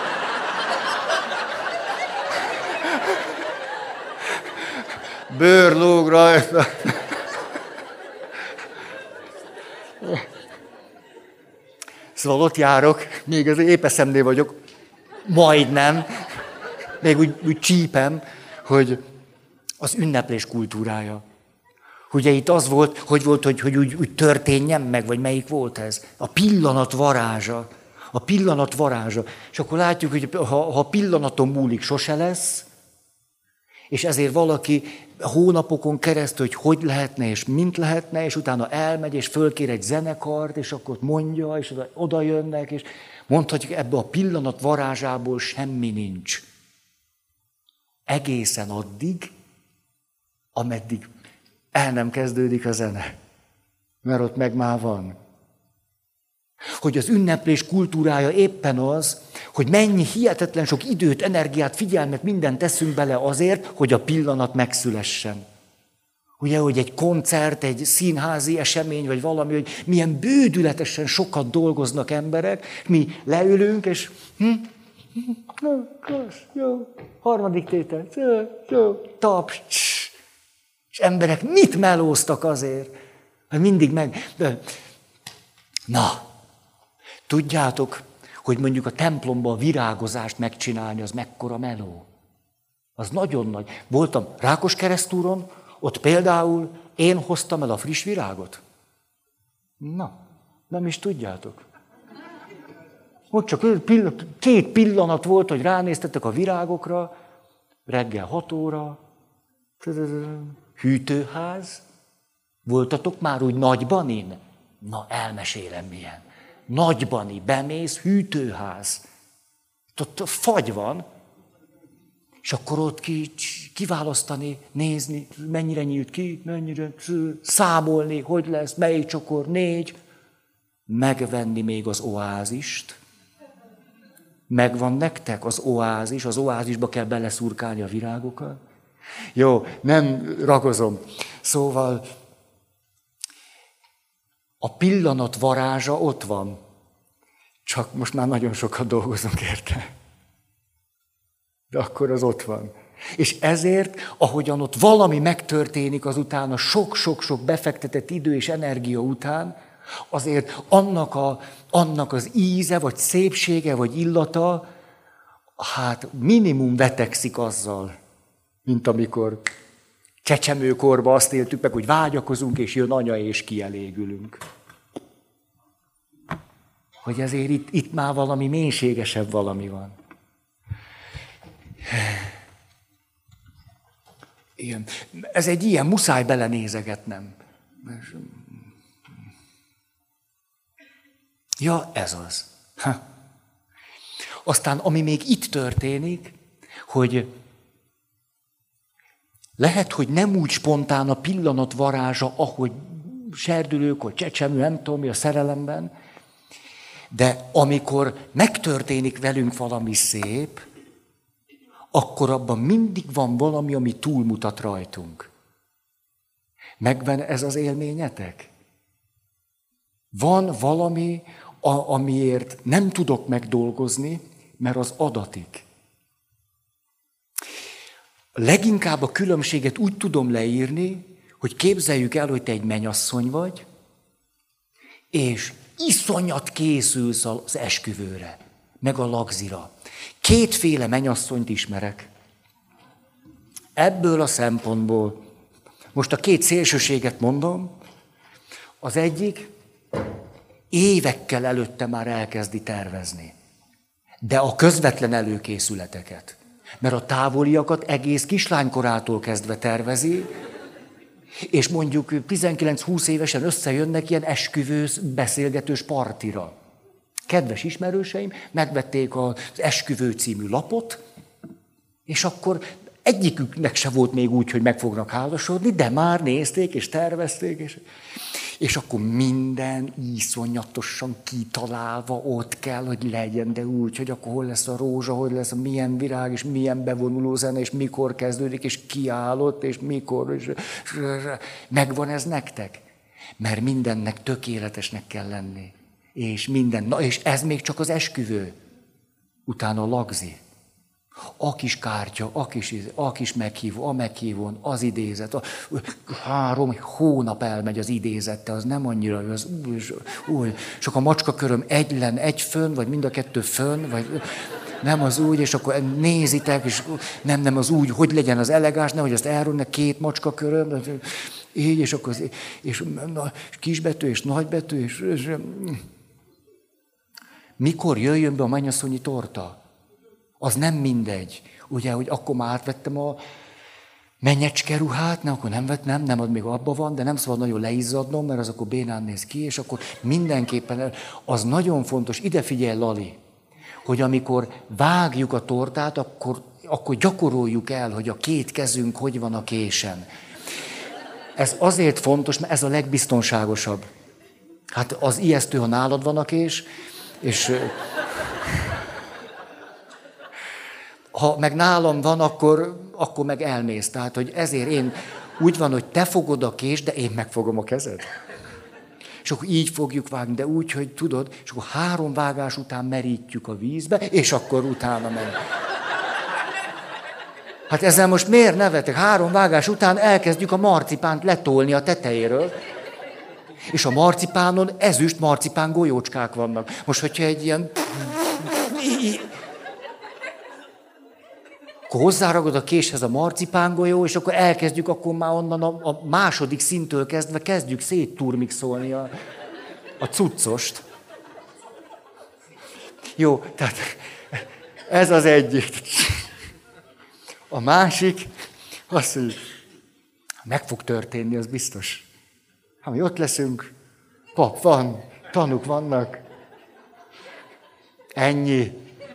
Bőr lóg rajta. Szóval ott járok, még az épp eszemnél vagyok, majdnem, még úgy csípem, hogy az ünneplés kultúrája. Ugye itt az volt, hogy úgy történjen meg, vagy melyik volt ez? A pillanat varázsa. A pillanat varázsa. És akkor látjuk, hogy ha a pillanaton múlik, sose lesz, és ezért valaki hónapokon keresztül, hogy lehetne, és mint lehetne, és utána elmegy, és fölkér egy zenekart, és akkor mondja, és oda jönnek, és mondhatjuk, ebből a pillanat varázsából semmi nincs. Egészen addig, ameddig el nem kezdődik a zene. Mert ott meg már van. Hogy az ünneplés kultúrája éppen az, hogy mennyi hihetetlen sok időt, energiát, figyelmet, mindent teszünk bele azért, hogy a pillanat megszülessen. Ugye, hogy egy koncert, egy színházi esemény, vagy valami, hogy milyen bődületesen sokat dolgoznak emberek, mi leülünk, és jó, harmadik tétel, jó, taps, és emberek mit melóztak azért, hogy mindig meg... Na, tudjátok, hogy mondjuk a templomban a virágozást megcsinálni, az mekkora meló? Az nagyon nagy. Voltam Rákoskeresztúron, ott például én hoztam el a friss virágot. Na, nem is tudjátok. Ott csak 2 pillanat volt, hogy ránéztetek a virágokra, reggel 6 óra, hűtőház. Voltatok már úgy Nagybanin? Na, elmesélem milyen. Nagybani, bemész, hűtőház. Ott fagy van, és akkor ott kiválasztani, nézni, mennyire nyílt ki, mennyire számolni, hogy lesz, melyik csokor, 4. Megvenni még az oázist. Megvan nektek az oázis, az oázisba kell beleszurkálni a virágokat. Jó, nem ragozom. Szóval a pillanat varázsa ott van. Csak most már nagyon sokat dolgozunk érte. De akkor az ott van. És ezért, ahogyan ott valami megtörténik azután, a sok-sok-sok befektetett idő és energia után, azért annak az íze, vagy szépsége, vagy illata, hát minimum vetekszik azzal, mint amikor csecsemőkorban azt éltük meg, hogy vágyakozunk, és jön anya, és kielégülünk. Hogy ezért itt már valami mélységesebb valami van. Igen. Ez egy ilyen, muszáj belenézegetnem. Ja, ez az. Aztán, ami még itt történik, hogy lehet, hogy nem úgy spontán a pillanat varázsa, ahogy serdülők, vagy csecsemő, nem tudom mi a szerelemben, de amikor megtörténik velünk valami szép, akkor abban mindig van valami, ami túlmutat rajtunk. Megvan ez az élményetek? Van valami, amiért nem tudok megdolgozni, mert az adatik. Leginkább a különbséget úgy tudom leírni, hogy képzeljük el, hogy te egy mennyasszony vagy, és iszonyat készülsz az esküvőre, meg a lagzira. 2 mennyasszonyt ismerek. Ebből a szempontból, most a 2 szélsőséget mondom, az egyik évekkel előtte már elkezdi tervezni. De a közvetlen előkészületeket. Mert a távoliakat egész kislánykorától kezdve tervezi, és mondjuk 19-20 évesen összejönnek ilyen esküvős, beszélgetős partira. Kedves ismerőseim, megvették az Esküvő című lapot, és akkor egyiküknek se volt még úgy, hogy meg fognak házasodni, de már nézték és tervezték. És akkor minden iszonyatosan kitalálva ott kell, hogy legyen, de úgy, hogy akkor hol lesz a rózsa, hogy lesz, milyen virág, és milyen bevonuló zene, és mikor kezdődik, és kiállott, és mikor, és megvan ez nektek? Mert mindennek tökéletesnek kell lenni. És minden, na és ez még csak az esküvő. Utána lagzi. A kis kártya, a kis meghívó, a meghívón, az idézet. 3 hónap elmegy az idézette, az nem annyira jó, az úgy. Csak a macskaköröm egy fönn, vagy mind a 2 fönn, vagy nem az úgy, és akkor nézitek, és nem az úgy, hogy legyen az elegáns, nehogy azt elronne 2 macskaköröm, így, és akkor és kisbetű, és nagybetű, és mikor jöjjön be a mennyasszonyi torta? Az nem mindegy. Ugye, hogy akkor már átvettem a mennyecske ruhát, akkor nem, az még abban van, de nem szabad nagyon leizzadnom, mert az akkor bénán néz ki, és akkor mindenképpen, az nagyon fontos, ide figyelj, Lali, hogy amikor vágjuk a tortát, akkor gyakoroljuk el, hogy a 2 kezünk hogy van a késen. Ez azért fontos, mert ez a legbiztonságosabb. Hát az ijesztő, ha nálad van a kés, és ha meg nálam van, akkor meg elmész. Tehát, hogy ezért én úgy van, hogy te fogod a kést, de én megfogom a kezed. És akkor így fogjuk vágni, de úgy, hogy tudod, és akkor 3 vágás után merítjük a vízbe, és akkor utána megy. Hát ezzel most miért nevetek? 3 vágás után elkezdjük a marcipánt letolni a tetejéről, és a marcipánon ezüst marcipán golyócskák vannak. Most, hogyha egy ilyen... Akkor hozzáragod a késhez a marcipángolyó, és akkor elkezdjük, akkor már onnan a második szintől kezdve kezdjük szétturmixolni a cuccost. Jó, tehát ez az egyik. A másik, azt mondja, meg fog történni, az biztos. Ha mi ott leszünk, pap van, tanúk vannak, ennyi.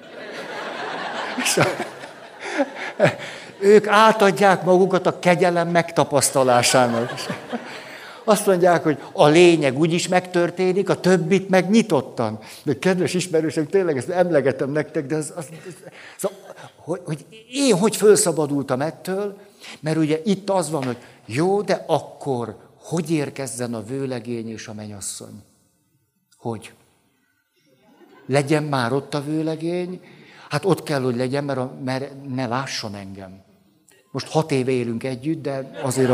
Ők átadják magukat a kegyelem megtapasztalásának. Azt mondják, hogy a lényeg úgyis megtörténik, a többit meg nyitottan. De kedves ismerősök, tényleg ezt emlegetem nektek, de hogy én hogy felszabadultam ettől, mert ugye itt az van, hogy jó, de akkor hogy érkezzen a vőlegény és a mennyasszony? Hogy? Legyen már ott a vőlegény, hát ott kell, hogy legyen, mert ne lásson engem. Most 6 éve élünk együtt, de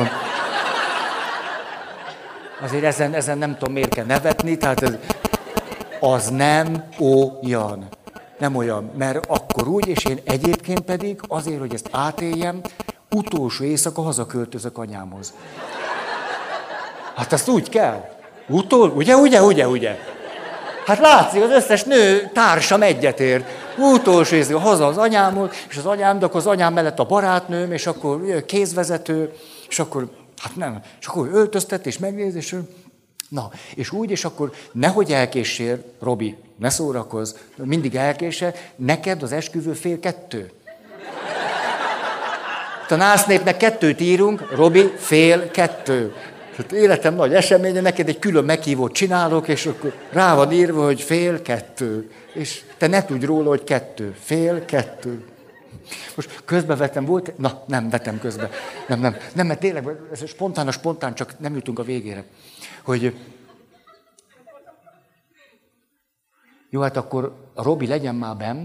azért ezen nem tudom, miért kell nevetni, tehát az nem olyan. Nem olyan, mert akkor úgy, és én egyébként pedig azért, hogy ezt átéljem, utolsó éjszaka hazaköltözök anyámhoz. Hát ezt úgy kell. Ugye? Hát látszik, az összes nő társam egyetért. Utolsó éjszaka haza az anyámhoz, és az anyám, de akkor az anyám mellett a barátnőm, és akkor kézvezető, és akkor, hát nem, és akkor öltöztet, és megnéz, és na, és úgy, és akkor nehogy elkéssél, Robi, ne szórakozz, mindig elkésse, neked az esküvő 1:30. A násznépnek 2 írunk, Robi 1:30. Tehát életem nagy eseménye, neked egy külön meghívót csinálok, és akkor rá van írva, hogy 1:30. És te ne tudj róla, hogy 2. 1:30. Most közbevetem volt? Na, nem vetem közbe. Nem, mert tényleg, ez spontán, csak nem jutunk a végére. Hogy jó, hát akkor a Robi legyen már benn,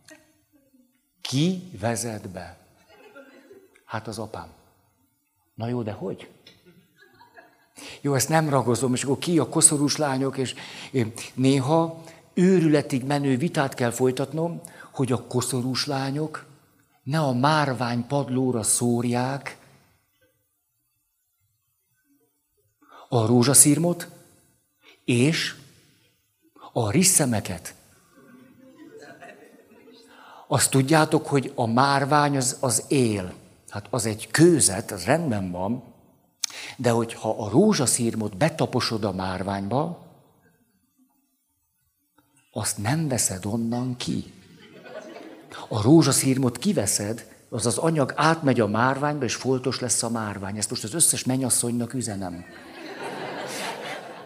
ki vezet be? Hát az apám. Na jó, de hogy? Jó, ezt nem ragozom, és akkor ki a koszorús lányok, és néha őrületig menő vitát kell folytatnom, hogy a koszorús lányok ne a márvány padlóra szórják a rózsaszirmot és a risszemeket. Azt tudjátok, hogy a márvány az él. Hát az egy kőzet, az rendben van, de hogyha a rózsaszirmot betaposod a márványba, azt nem veszed onnan ki. A rózsaszirmot kiveszed, az az anyag átmegy a márványba, és foltos lesz a márvány. Ezt most az összes mennyasszonynak üzenem.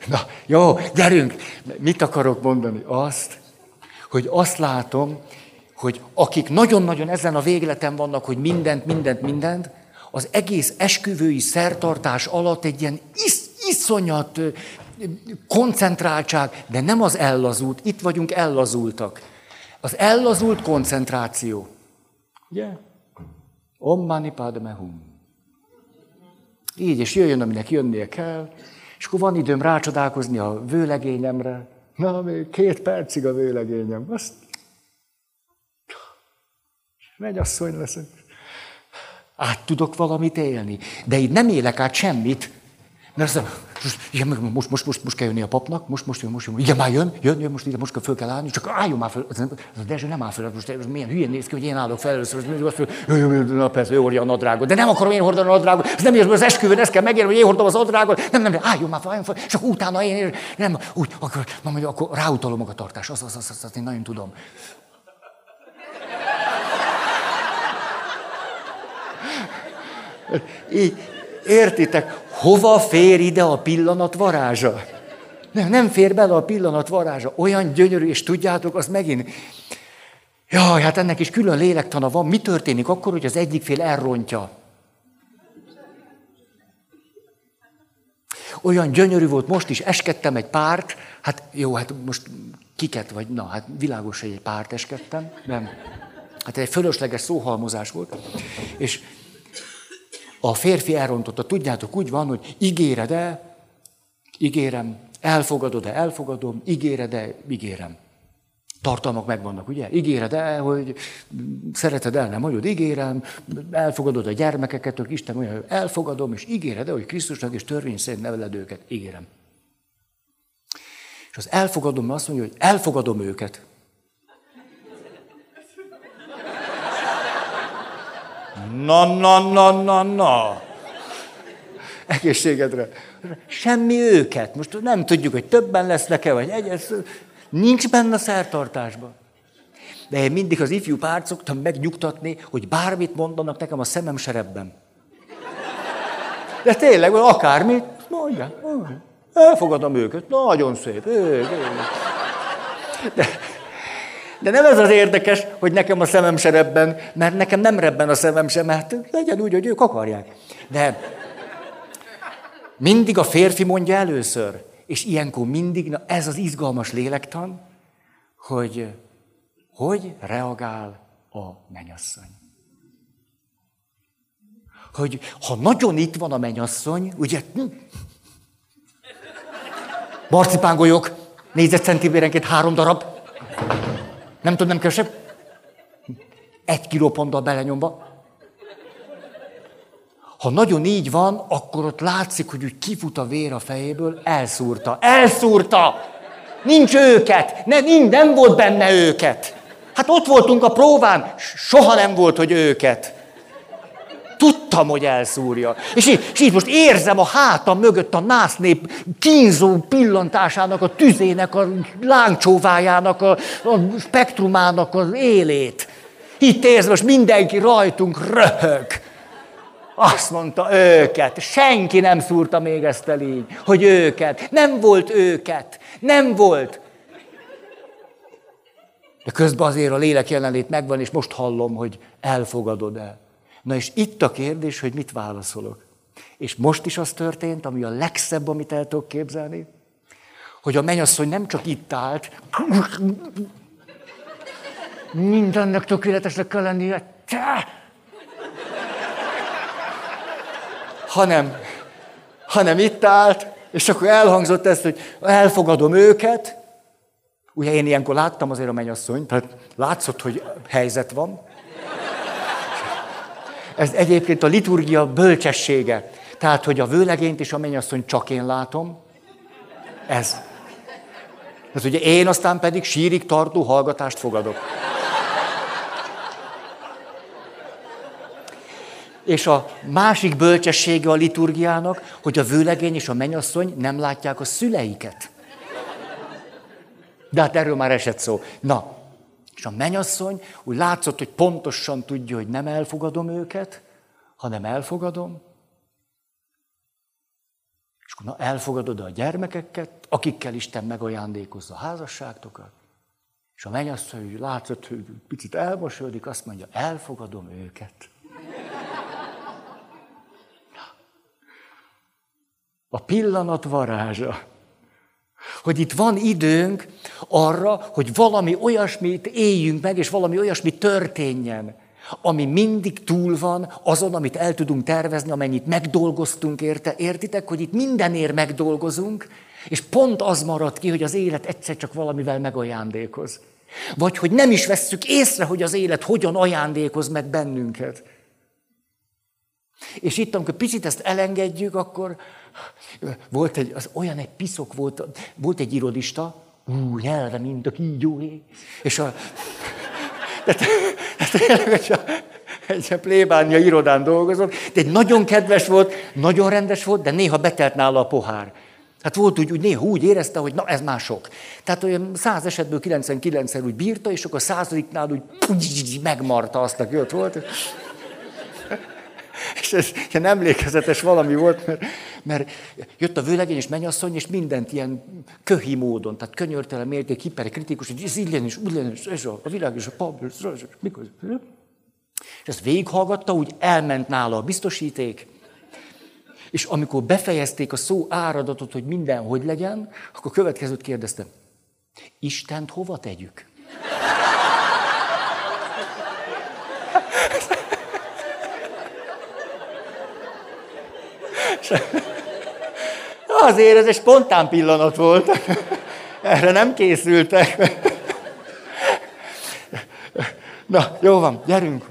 Na, jó, gyerünk! Mit akarok mondani? Hogy azt látom, hogy akik nagyon-nagyon ezen a végleten vannak, hogy mindent, az egész esküvői szertartás alatt egy ilyen iszonyat koncentráltság, de nem az ellazult, itt vagyunk ellazultak. Az ellazult koncentráció. Ugye? Om mani padme hum. Így, és jöjjön, aminek jönnie kell, és akkor van időm rácsodálkozni a vőlegényemre. Na, még 2 percig a vőlegényem. Azt mennyasszony leszek. Át tudok valamit élni. De így nem élek át semmit. Mert most kell jönni a papnak, most jön. Igen, már jön, most föl kell állni, csak álljon már föl. Az Dezső nem áll föl, most milyen hülyén néz ki, hogy én állok fel először. Na persze, ő hordja a nadrágot, de nem akarom én hordani a nadrágot, ez nem az esküvőn, ezt kell megérni, hogy én hordom az nadrágot. Nem, álljon már fel, és akkor utána én, nem, úgy, akkor ráutalom magatartás, azt én nagyon tudom. Így, értitek, hova fér ide a pillanat varázsa? Nem fér bele a pillanat varázsa. Olyan gyönyörű, és tudjátok, az megint... Jaj, hát ennek is külön lélektana van. Mi történik akkor, hogy az egyik fél elrontja? Olyan gyönyörű volt, most is eskedtem egy párt, hát jó, hát most kiket vagy, na, hát világos, hogy egy párt eskedtem, nem. Hát egy fölösleges szóhalmozás volt, és a férfi elrontotta, tudjátok, úgy van, hogy ígéred-e, ígérem, elfogadod-e, elfogadom, ígéred-e, ígérem. Tartalmak megvannak, ugye? Ígéred-e, hogy szereted el, nem mondod, ígérem, elfogadod a gyermekeket, hogy Isten mondja, hogy elfogadom, és ígéred-e, hogy Krisztusnak és törvény szerint neveled őket, ígérem. És az elfogadom azt mondja, hogy elfogadom őket. Na. Egészségedre. Semmi őket. Most nem tudjuk, hogy többen lesznek-e, vagy egyes. Nincs benne a szertartásban. De én mindig az ifjú párt szoktam megnyugtatni, hogy bármit mondanak nekem a szemem serebben. De tényleg, akármit, mondják. Elfogadom őket. Nagyon szép. De nem ez az érdekes, hogy nekem a szemem se rebben, mert nekem nem rebben a szemem sem, mert legyen úgy, hogy ők akarják. De mindig a férfi mondja először, és ilyenkor mindig, na ez az izgalmas lélektan, hogy reagál a mennyasszony. Hogy ha nagyon itt van a mennyasszony, ugye, marcipángolyok, négyzetcentimérenként 3 darab, nem tudom, nem kevesebb. 1 kiló ponttal belenyomva. Ha nagyon így van, akkor ott látszik, hogy úgy kifut a vér a fejéből, elszúrta! Nincs őket! Nem volt benne őket! Hát ott voltunk a próbán, soha nem volt, hogy őket. Tudtam, hogy elszúrja. És így most érzem a hátam mögött a násznép kínzó pillantásának, a tüzének, a lángcsóvájának, a spektrumának az élét. Itt érzem, most mindenki rajtunk röhög. Azt mondta, őket. Senki nem szúrta még ezt el így, hogy őket. Nem volt őket. Nem volt. De közben azért a lélek jelenlét megvan, és most hallom, hogy elfogadod el. Na és itt a kérdés, hogy mit válaszolok. És most is az történt, ami a legszebb, amit el tudok képzelni, hogy a mennyasszony nem csak itt állt, mindennek tökéletesnek kell lennie, hanem itt állt, és akkor elhangzott ezt, hogy elfogadom őket. Ugye én ilyenkor láttam azért a mennyasszonyt, tehát látszott, hogy helyzet van. Ez egyébként a liturgia bölcsessége. Tehát, hogy a vőlegényt és a mennyasszony csak én látom. Ez. Tehát ugye én aztán pedig sírig tartó hallgatást fogadok. És a másik bölcsessége a liturgiának, hogy a vőlegény és a mennyasszony nem látják a szüleiket. De hát erről már esett szó. Na, és a mennyasszony úgy látszott, hogy pontosan tudja, hogy nem elfogadom őket, hanem elfogadom. És Na, elfogadod a gyermekeket, akikkel Isten megajándékozza a házasságtokat, és a mennyasszony, hogy látszott, hogy picit elmosódik, azt mondja, elfogadom őket. A pillanat varázsa. Hogy itt van időnk arra, hogy valami olyasmit éljünk meg, és valami olyasmi történjen, ami mindig túl van azon, amit el tudunk tervezni, amennyit megdolgoztunk érte. Értitek, hogy itt mindenért megdolgozunk, és pont az marad ki, hogy az élet egyszer csak valamivel megajándékoz. Vagy hogy nem is vesszük észre, hogy az élet hogyan ajándékoz meg bennünket. És itt, amikor picit ezt elengedjük, akkor volt egy piszok volt egy irodista, nyelve, mint a kígyóé, és egy plébánia irodán dolgozom, de egy nagyon kedves volt, nagyon rendes volt, de néha betelt nála a pohár. Hát volt úgy néha úgy érezte, hogy na ez már sok. Tehát olyan 100 esetből 99-szer úgy bírta, és akkor a 100-nál úgy megmarta azt, aki ott volt. És ez ilyen emlékezetes valami volt, mert jött a vőlegény és mennyasszony, és mindent ilyen köhi módon, tehát könyörtelen, mérték, hiperkritikus, hogy ez így legyen, és úgy legyen, és ez a világ, és a pap, és mikor. És ezt végighallgatta, úgy elment nála a biztosíték, és amikor befejezték a szó áradatot, hogy minden hogy legyen, akkor következőt kérdeztem, Istent hova tegyük? Azért ez egy spontán pillanat volt. Erre nem készültek. Na, jó van, gyerünk.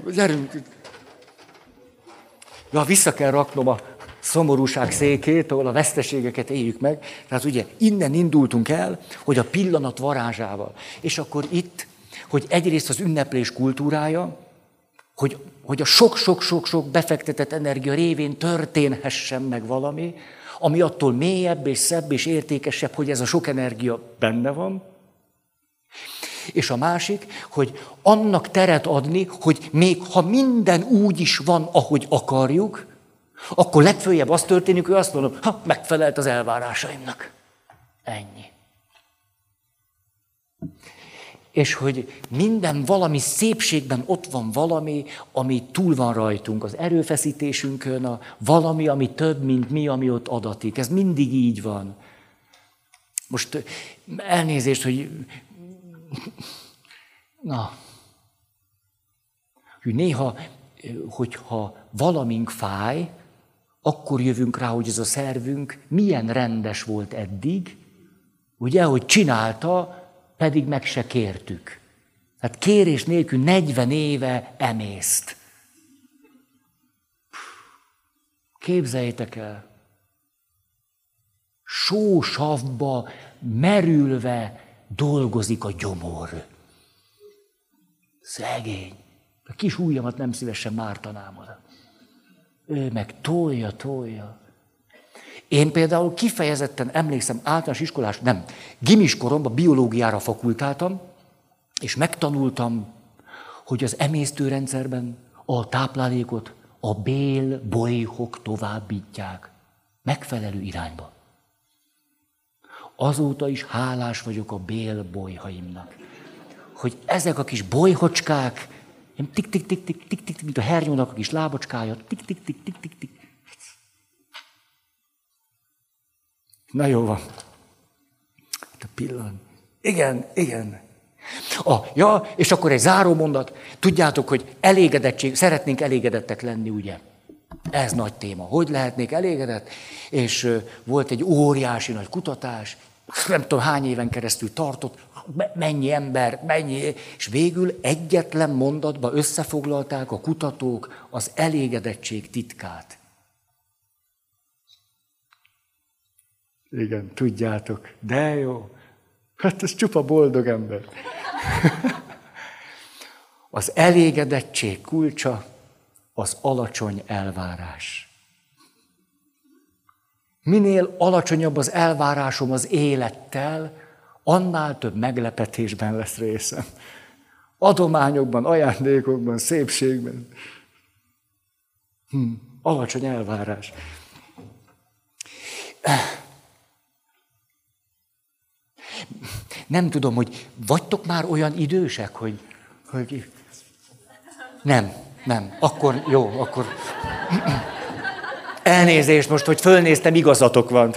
Ja, vissza kell raknom a szomorúság székét, ahol a veszteségeket éljük meg. Tehát ugye innen indultunk el, hogy a pillanat varázsával. És akkor itt, hogy egyrészt az ünneplés kultúrája, hogy a sok-sok-sok befektetett energia révén történhessen meg valami, ami attól mélyebb és szebb és értékesebb, hogy ez a sok energia benne van. És a másik, hogy annak teret adni, hogy még ha minden úgy is van, ahogy akarjuk, akkor legfőjebb az történik, hogy azt mondom, megfelelt az elvárásaimnak. Ennyi. És hogy minden valami szépségben ott van valami, ami túl van rajtunk, az erőfeszítésünkön, valami, ami több, mint mi, ami ott adatik. Ez mindig így van. Most elnézést, hogy néha, hogyha valamink fáj, akkor jövünk rá, hogy ez a szervünk milyen rendes volt eddig, ugye, hogy csinálta, pedig meg se kértük. Tehát kérés nélkül 40 éve emészt. Képzeljétek el, sósavba merülve dolgozik a gyomor. Szegény. A kis ujjamat nem szívesen mártanám oda. Ő meg tolja. Én például kifejezetten emlékszem általános iskolás, gimis koromban biológiára fakultáltam, és megtanultam, hogy az emésztőrendszerben a táplálékot a bélbolyhok továbbítják megfelelő irányba. Azóta is hálás vagyok a bélbolyhaimnak, hogy ezek a kis bolyhocskák, tik-tik-tik-tik-tik-tik, mint a hernyónak a kis lábacskája, tik-tik-tik-tik-tik-tik. Na jó van. A pillanat. Igen. És akkor egy záró mondat. Tudjátok, hogy elégedettség, szeretnénk elégedettek lenni, ugye? Ez nagy téma. Hogy lehetnék elégedett? És volt egy óriási nagy kutatás, nem tudom hány éven keresztül tartott, mennyi ember, és végül egyetlen mondatba összefoglalták a kutatók az elégedettség titkát. Igen, tudjátok, de jó. Hát ez csupa boldog ember. Az elégedettség kulcsa az alacsony elvárás. Minél alacsonyabb az elvárásom az élettel, annál több meglepetésben lesz részem. Adományokban, ajándékokban, szépségben. Alacsony elvárás. Nem tudom, hogy vagytok már olyan idősek, hogy... Nem. Akkor jó, akkor... Elnézést most, hogy fölnéztem, igazatok van.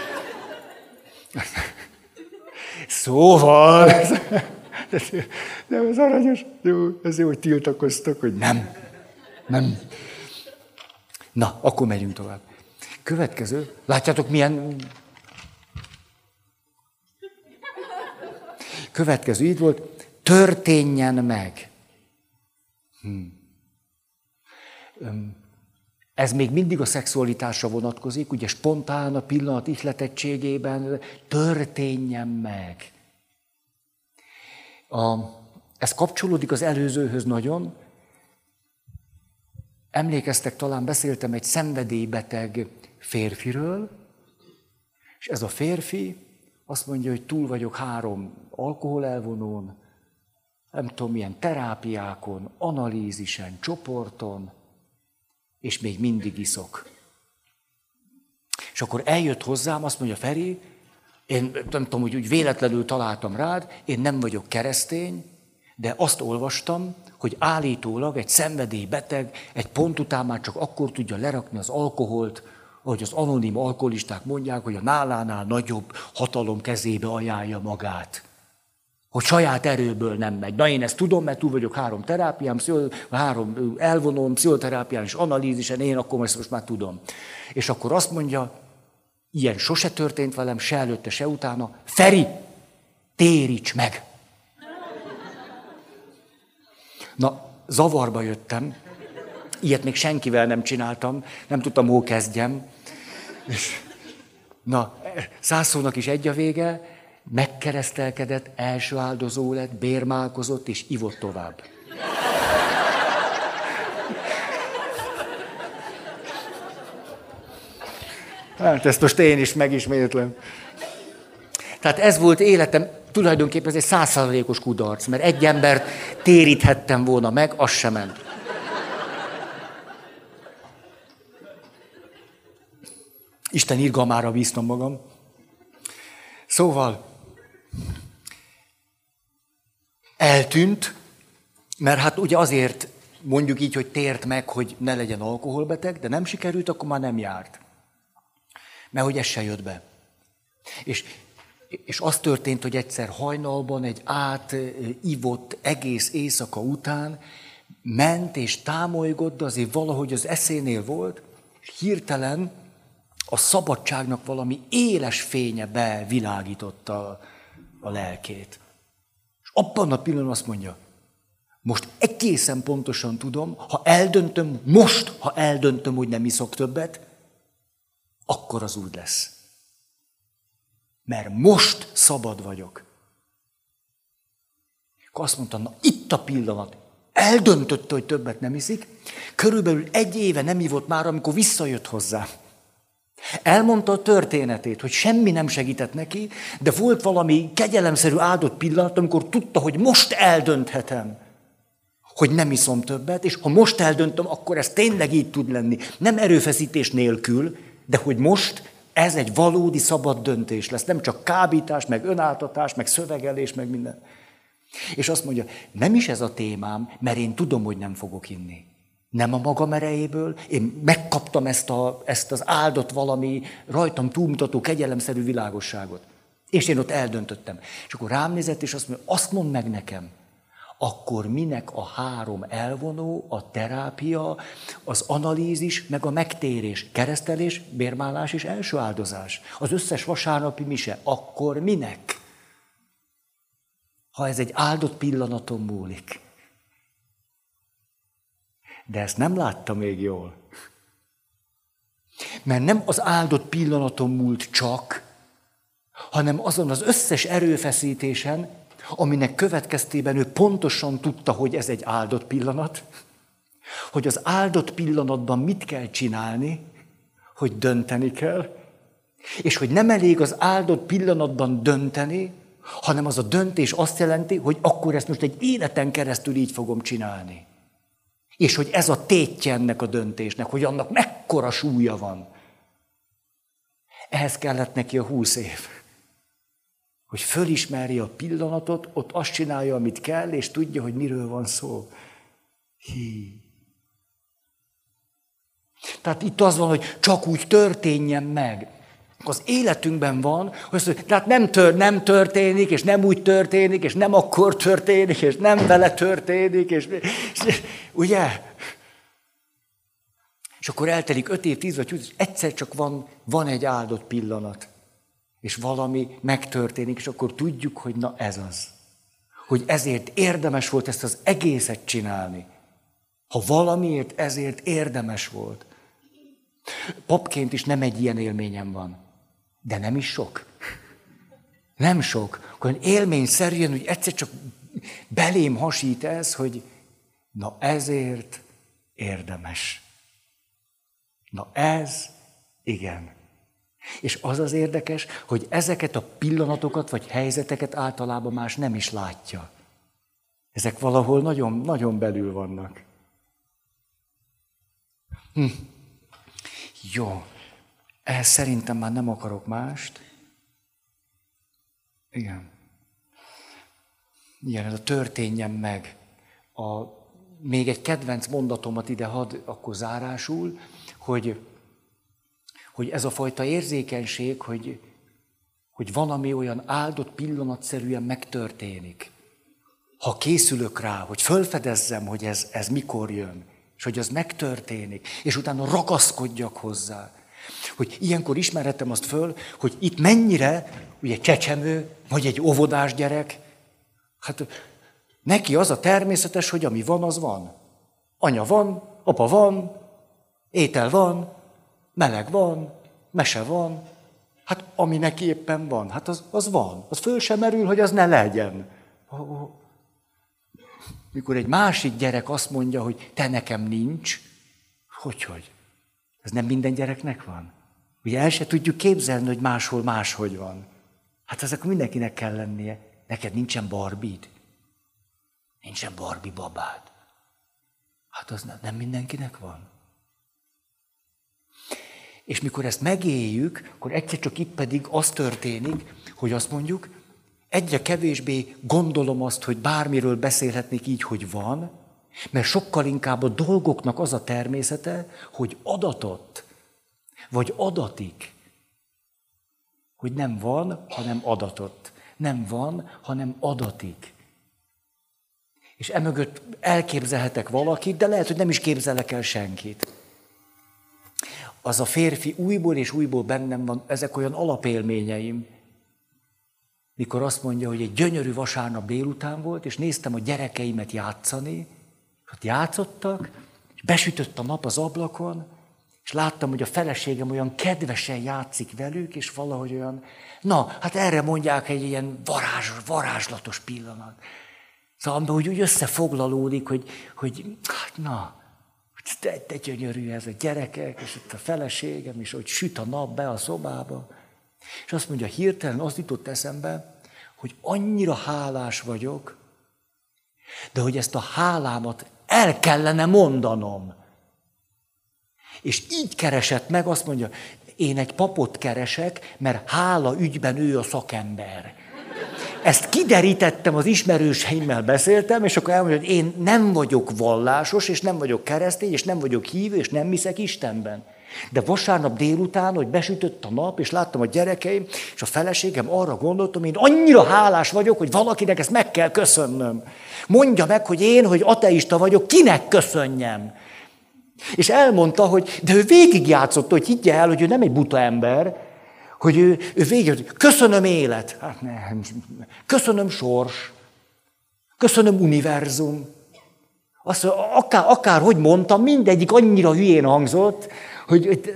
Szóval... Nem, ez aranyos. Jó, ez jó, hogy tiltakoztak, hogy nem. Na, akkor megyünk tovább. Következő. Látjátok, milyen... Következő így volt. Történjen meg. Ez még mindig a szexualitásra vonatkozik, ugye spontán a pillanat ihletettségében történjen meg. Ez kapcsolódik az előzőhöz nagyon. Emlékeztek, talán beszéltem egy szenvedélybeteg férfiről, és ez a férfi azt mondja, hogy túl vagyok 3 alkoholelvonón, nem tudom, milyen terápiákon, analízisen, csoporton, és még mindig iszok. És akkor eljött hozzám, azt mondja, Feri, én nem tudom, hogy úgy véletlenül találtam rád, én nem vagyok keresztény, de azt olvastam, hogy állítólag egy szenvedélybeteg egy pont után már csak akkor tudja lerakni az alkoholt, ahogy az anonim alkoholisták mondják, hogy a nálánál nagyobb hatalom kezébe ajánlja magát. Hogy saját erőből nem megy. Na én ezt tudom, mert túl vagyok 3 terápián, 3 elvonón, pszichoterápián és analízisen, én akkor most már tudom. És akkor azt mondja, ilyen sose történt velem, se előtte, se utána, Feri, téríts meg! Na, zavarba jöttem, ilyet még senkivel nem csináltam, nem tudtam, hol kezdjem. Na, 100 szónak is egy a vége, megkeresztelkedett, első áldozó lett, bérmálkozott és ivott tovább. Hát ezt most én is megismétlem. Tehát ez volt életem, tulajdonképpen ez egy 100%-os kudarc, mert egy embert téríthettem volna meg, az sem ment. Isten irgalmára bíztam magam. Szóval eltűnt, mert hát ugye azért mondjuk így, hogy tért meg, hogy ne legyen alkoholbeteg, de nem sikerült, akkor már nem járt. Mert hogy ez se jött be. És az történt, hogy egyszer hajnalban egy átívott egész éjszaka után ment és támolygott, de azért valahogy az eszénél volt, és hirtelen a szabadságnak valami éles fénye bevilágította a lelkét. És abban a pillanatban azt mondja, most egészen pontosan tudom, ha eldöntöm, hogy nem iszok többet, akkor az úgy lesz. Mert most szabad vagyok. Akkor azt mondta, na itt a pillanat, eldöntötte, hogy többet nem iszik, körülbelül 1 éve nem ivott már, amikor visszajött hozzá. Elmondta a történetét, hogy semmi nem segített neki, de volt valami kegyelemszerű áldott pillanat, amikor tudta, hogy most eldönthetem, hogy nem iszom többet, és ha most eldöntöm, akkor ez tényleg így tud lenni. Nem erőfeszítés nélkül, de hogy most ez egy valódi szabad döntés lesz. Nem csak kábítás, meg önáltatás, meg szövegelés, meg minden. És azt mondja, nem is ez a témám, mert én tudom, hogy nem fogok inni. Nem a magam erejéből, én megkaptam ezt az áldott valami rajtam túlmutató kegyelemszerű világosságot. És én ott eldöntöttem. És akkor rám nézett, és azt mondja, azt mondd meg nekem, akkor minek a 3 elvonó, a terápia, az analízis, meg a megtérés, keresztelés, bérmálás és első áldozás. Az összes vasárnapi mise, akkor minek? Ha ez egy áldott pillanaton múlik. De ezt nem látta még jól. Mert nem az áldott pillanaton múlt csak, hanem azon az összes erőfeszítésen, aminek következtében ő pontosan tudta, hogy ez egy áldott pillanat, hogy az áldott pillanatban mit kell csinálni, hogy dönteni kell, és hogy nem elég az áldott pillanatban dönteni, hanem az a döntés azt jelenti, hogy akkor ezt most egy életen keresztül így fogom csinálni. És hogy ez a tétje ennek a döntésnek, hogy annak mekkora súlya van. Ehhez kellett neki a 20 év. Hogy fölismerje a pillanatot, ott azt csinálja, amit kell, és tudja, hogy miről van szó. Tehát itt az van, hogy csak úgy történjen meg. Az életünkben van, hogy tehát nem történik, és nem úgy történik, és nem akkor történik, és nem vele történik, és ugye? És akkor eltelik 5 év, 10 vagy 20, és egyszer csak van egy áldott pillanat. És valami megtörténik, és akkor tudjuk, hogy na ez az. Hogy ezért érdemes volt ezt az egészet csinálni. Ha valamiért ezért érdemes volt. Papként is nem egy ilyen élményem van. De nem is sok. Nem sok. Olyan élményszerűen, hogy egyszer csak belém hasít ez, hogy na ezért érdemes. Na ez, igen. És az az érdekes, hogy ezeket a pillanatokat vagy helyzeteket általában más nem is látja. Ezek valahol nagyon, nagyon belül vannak. Jó. Ehhez szerintem már nem akarok mást. Igen. Igen, ez a történjen meg. Még egy kedvenc mondatomat ide hadd akkor zárásul, hogy ez a fajta érzékenység, hogy valami olyan áldott pillanatszerűen megtörténik. Ha készülök rá, hogy felfedezzem, hogy ez mikor jön, és hogy az megtörténik, és utána ragaszkodjak hozzá. Hogy ilyenkor ismerhetem azt föl, hogy itt mennyire, ugye csecsemő, vagy egy óvodás gyerek, hát neki az a természetes, hogy ami van, az van. Anya van, apa van, étel van, meleg van, mese van, hát ami neki éppen van, hát az van. Az föl sem merül, hogy az ne legyen. Mikor egy másik gyerek azt mondja, hogy te nekem nincs, hogy? Ez nem minden gyereknek van. Ugye el se tudjuk képzelni, hogy máshol máshogy van. Hát ezek mindenkinek kell lennie. Neked nincsen Barbie-d? Nincsen Barbie babád? Hát az nem mindenkinek van. És mikor ezt megéljük, akkor egyszer csak itt pedig az történik, hogy azt mondjuk, egyre kevésbé gondolom azt, hogy bármiről beszélhetnék így, hogy van, mert sokkal inkább a dolgoknak az a természete, hogy adatott, vagy adatik. Hogy nem van, hanem adatott. Nem van, hanem adatik. És emögött elképzelhetek valakit, de lehet, hogy nem is képzelek el senkit. Az a férfi újból és újból bennem van, ezek olyan alapélményeim, mikor azt mondja, hogy egy gyönyörű vasárnap délután volt, és néztem a gyerekeimet játszani, és ott játszottak, és besütött a nap az ablakon, és láttam, hogy a feleségem olyan kedvesen játszik velük, és valahogy olyan, na, hát erre mondják egy ilyen varázslatos pillanat. Szóval amiben úgy összefoglalódik, hogy hát na, de gyönyörű ez a gyerekek, és itt a feleségem, és hogy süt a nap be a szobába. És azt mondja, hirtelen az jutott eszembe, hogy annyira hálás vagyok, de hogy ezt a hálámat el kellene mondanom. És így keresett meg, azt mondja, én egy papot keresek, mert hála ügyben ő a szakember. Ezt kiderítettem, az ismerőseimmel beszéltem, és akkor elmondja, hogy én nem vagyok vallásos, és nem vagyok keresztény, és nem vagyok hívő, és nem hiszek Istenben. De vasárnap délután, hogy besütött a nap, és láttam a gyerekeim, és a feleségem, arra gondoltam, én annyira hálás vagyok, hogy valakinek ezt meg kell köszönnöm. Mondja meg, hogy én, hogy ateista vagyok, kinek köszönjem. És elmondta, hogy de ő végigjátszott, hogy higgye el, hogy ő nem egy buta ember, hogy ő végig, köszönöm élet, hát nem, köszönöm sors, köszönöm univerzum. Azt, akár hogy mondtam, mindegyik annyira hülyén hangzott, hogy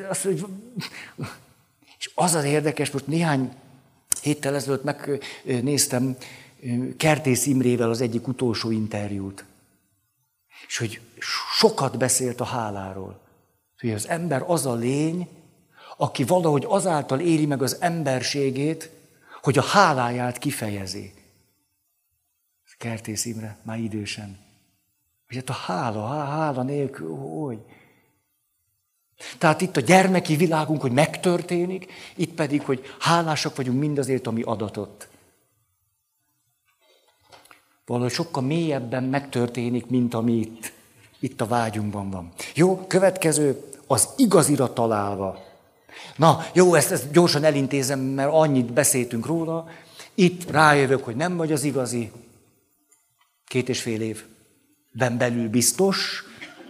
és az az érdekes, most néhány héttel ezelőtt megnéztem Kertész Imrével az egyik utolsó interjút. És hogy sokat beszélt a háláról. Hogy az ember az a lény, aki valahogy azáltal éli meg az emberségét, hogy a háláját kifejezi. Kertész Imre, már idősen. Hogy hát a hála nélkül, hogy? Tehát itt a gyermeki világunk, hogy megtörténik, itt pedig, hogy hálásak vagyunk mindazért, ami adatott. Valahogy sokkal mélyebben megtörténik, mint ami itt a vágyunkban van. Jó, következő, az igazira találva. Na, jó, ezt gyorsan elintézem, mert annyit beszéltünk róla. Itt rájövök, hogy nem vagy az igazi. 2,5 évben belül biztos.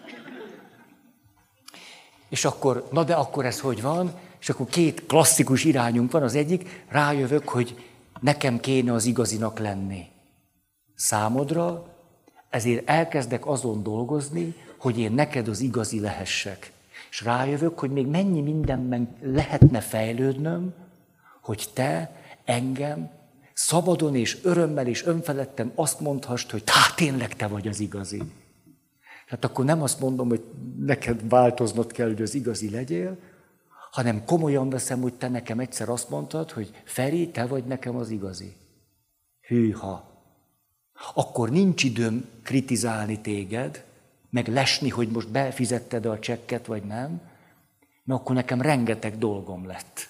És akkor, na de akkor ez hogy van? És akkor 2 klasszikus irányunk van. Az egyik, rájövök, hogy nekem kéne az igazinak lenni. Számodra, ezért elkezdek azon dolgozni, hogy én neked az igazi lehessek. És rájövök, hogy még mennyi mindenben lehetne fejlődnöm, hogy te engem szabadon és örömmel és önfeledten azt mondhassd, hogy tényleg te vagy az igazi. Hát akkor nem azt mondom, hogy neked változnod kell, hogy az igazi legyél, hanem komolyan veszem, hogy te nekem egyszer azt mondtad, hogy Feri, te vagy nekem az igazi. Hűha! Akkor nincs időm kritizálni téged, meg lesni, hogy most befizetted a csekket, vagy nem, mert akkor nekem rengeteg dolgom lett.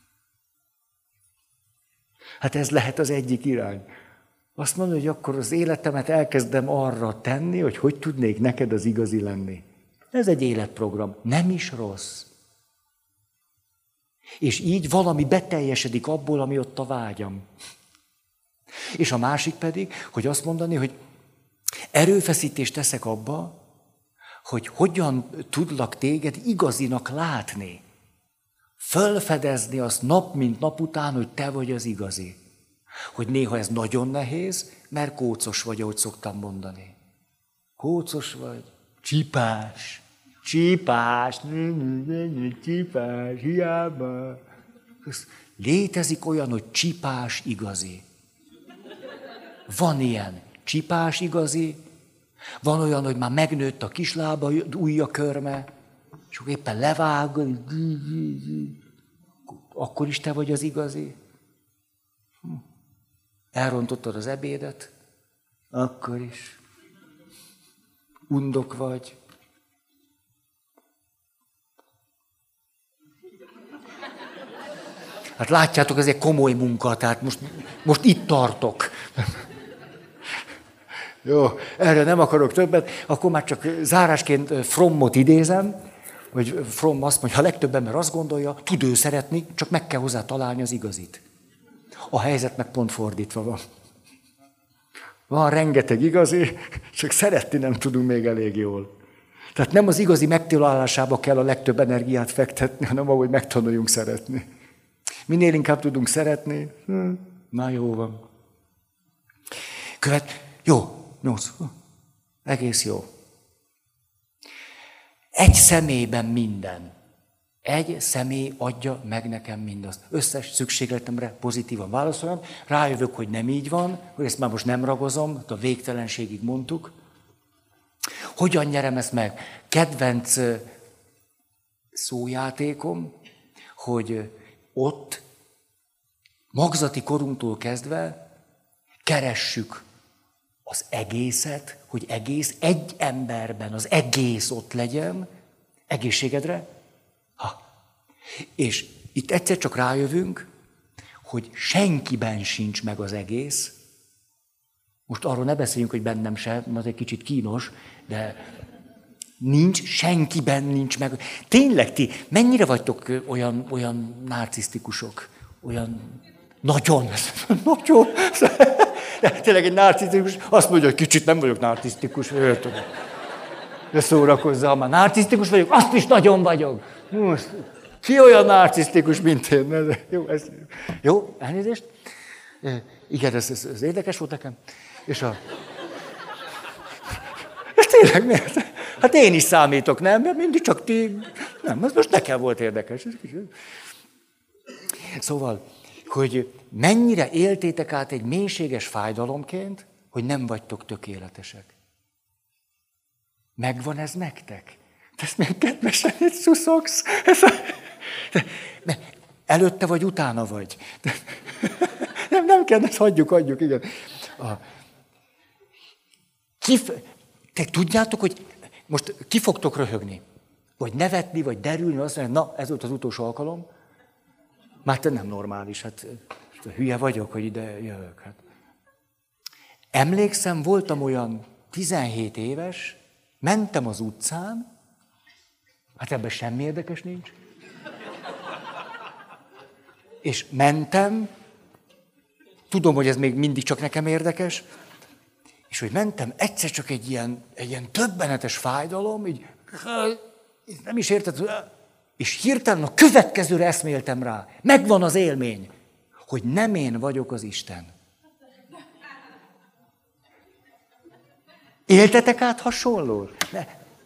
Hát ez lehet az egyik irány. Azt mondod, hogy akkor az életemet elkezdem arra tenni, hogy tudnék neked az igazi lenni. Ez egy életprogram. Nem is rossz. És így valami beteljesedik abból, ami ott a vágyam. És a másik pedig, hogy azt mondani, hogy erőfeszítést teszek abba, hogy hogyan tudlak téged igazinak látni. Fölfedezni azt nap mint nap után, hogy te vagy az igazi. Hogy néha ez nagyon nehéz, mert kócos vagy, ahogy szoktam mondani. Kócos vagy, csipás, hiába. Létezik olyan, hogy csipás igazi. Van ilyen, csipás igazi, van olyan, hogy már megnőtt a kislába, ujja körme, és akkor éppen levágod, akkor is te vagy az igazi. Elrontottad az ebédet, akkor is. Undok vagy. Hát látjátok, ez egy komoly munka, tehát most itt tartok. Jó, erre nem akarok többet, akkor már csak zárásként Frommot idézem, hogy Fromm azt mondja, a legtöbb ember azt gondolja, tud ő szeretni, csak meg kell hozzá találni az igazit. A helyzet meg pont fordítva van. Van rengeteg igazi, csak szeretni nem tudunk még elég jól. Tehát nem az igazi megtalálásába kell a legtöbb energiát fektetni, hanem ahogy megtanuljunk szeretni. Minél inkább tudunk szeretni, na jó van. Jó, 8. Egész jó. Egy személyben minden. Egy személy adja meg nekem mindazt. Összes szükségletemre pozitívan válaszoljam. Rájövök, hogy nem így van, hogy ezt már most nem ragozom, a végtelenségig mondtuk. Hogyan nyerem ezt meg? Kedvenc szójátékom, hogy ott magzati korunktól kezdve keressük az egészet, hogy egész egy emberben az egész ott legyen, egészségedre. És itt egyszer csak rájövünk, hogy senkiben sincs meg az egész. Most arról ne beszéljünk, hogy bennem se, az egy kicsit kínos, de senkiben nincs meg. Tényleg ti, mennyire vagytok olyan narcisztikusok? Olyan nagyon. De tényleg egy narcisztikus azt mondja, hogy kicsit nem vagyok narcisztikus. De szórakozzál, ha már narcisztikus vagyok, azt is nagyon vagyok. Most, ki olyan narcisztikus, mint én? Jó, elnézést. Igen, ez érdekes volt nekem. És tényleg miért? Hát én is számítok, nem? Mert mindig csak ti... Nem, ez most nekem volt érdekes. Szóval, hogy mennyire éltétek át egy mélységes fájdalomként, hogy nem vagytok tökéletesek. Megvan ez nektek? De ezt még kedvesen itt szuszogsz. Előtte vagy, utána vagy. Nem kell, ezt hagyjuk, igen. Te tudjátok, hogy most ki fogtok röhögni? Vagy nevetni, vagy derülni, azt mondani, na, ez volt az utolsó alkalom. Már te nem normális, hát hülye vagyok, hogy ide jövök. Hát. Emlékszem, voltam olyan 17 éves, mentem az utcán, hát ebben semmi érdekes nincs, és mentem, tudom, hogy ez még mindig csak nekem érdekes, és hogy mentem, egyszer csak egy ilyen többenetes fájdalom, így nem is érted, és hirtelen a következőre eszméltem rá. Megvan az élmény, hogy nem én vagyok az Isten. Éltetek át hasonló? Ne.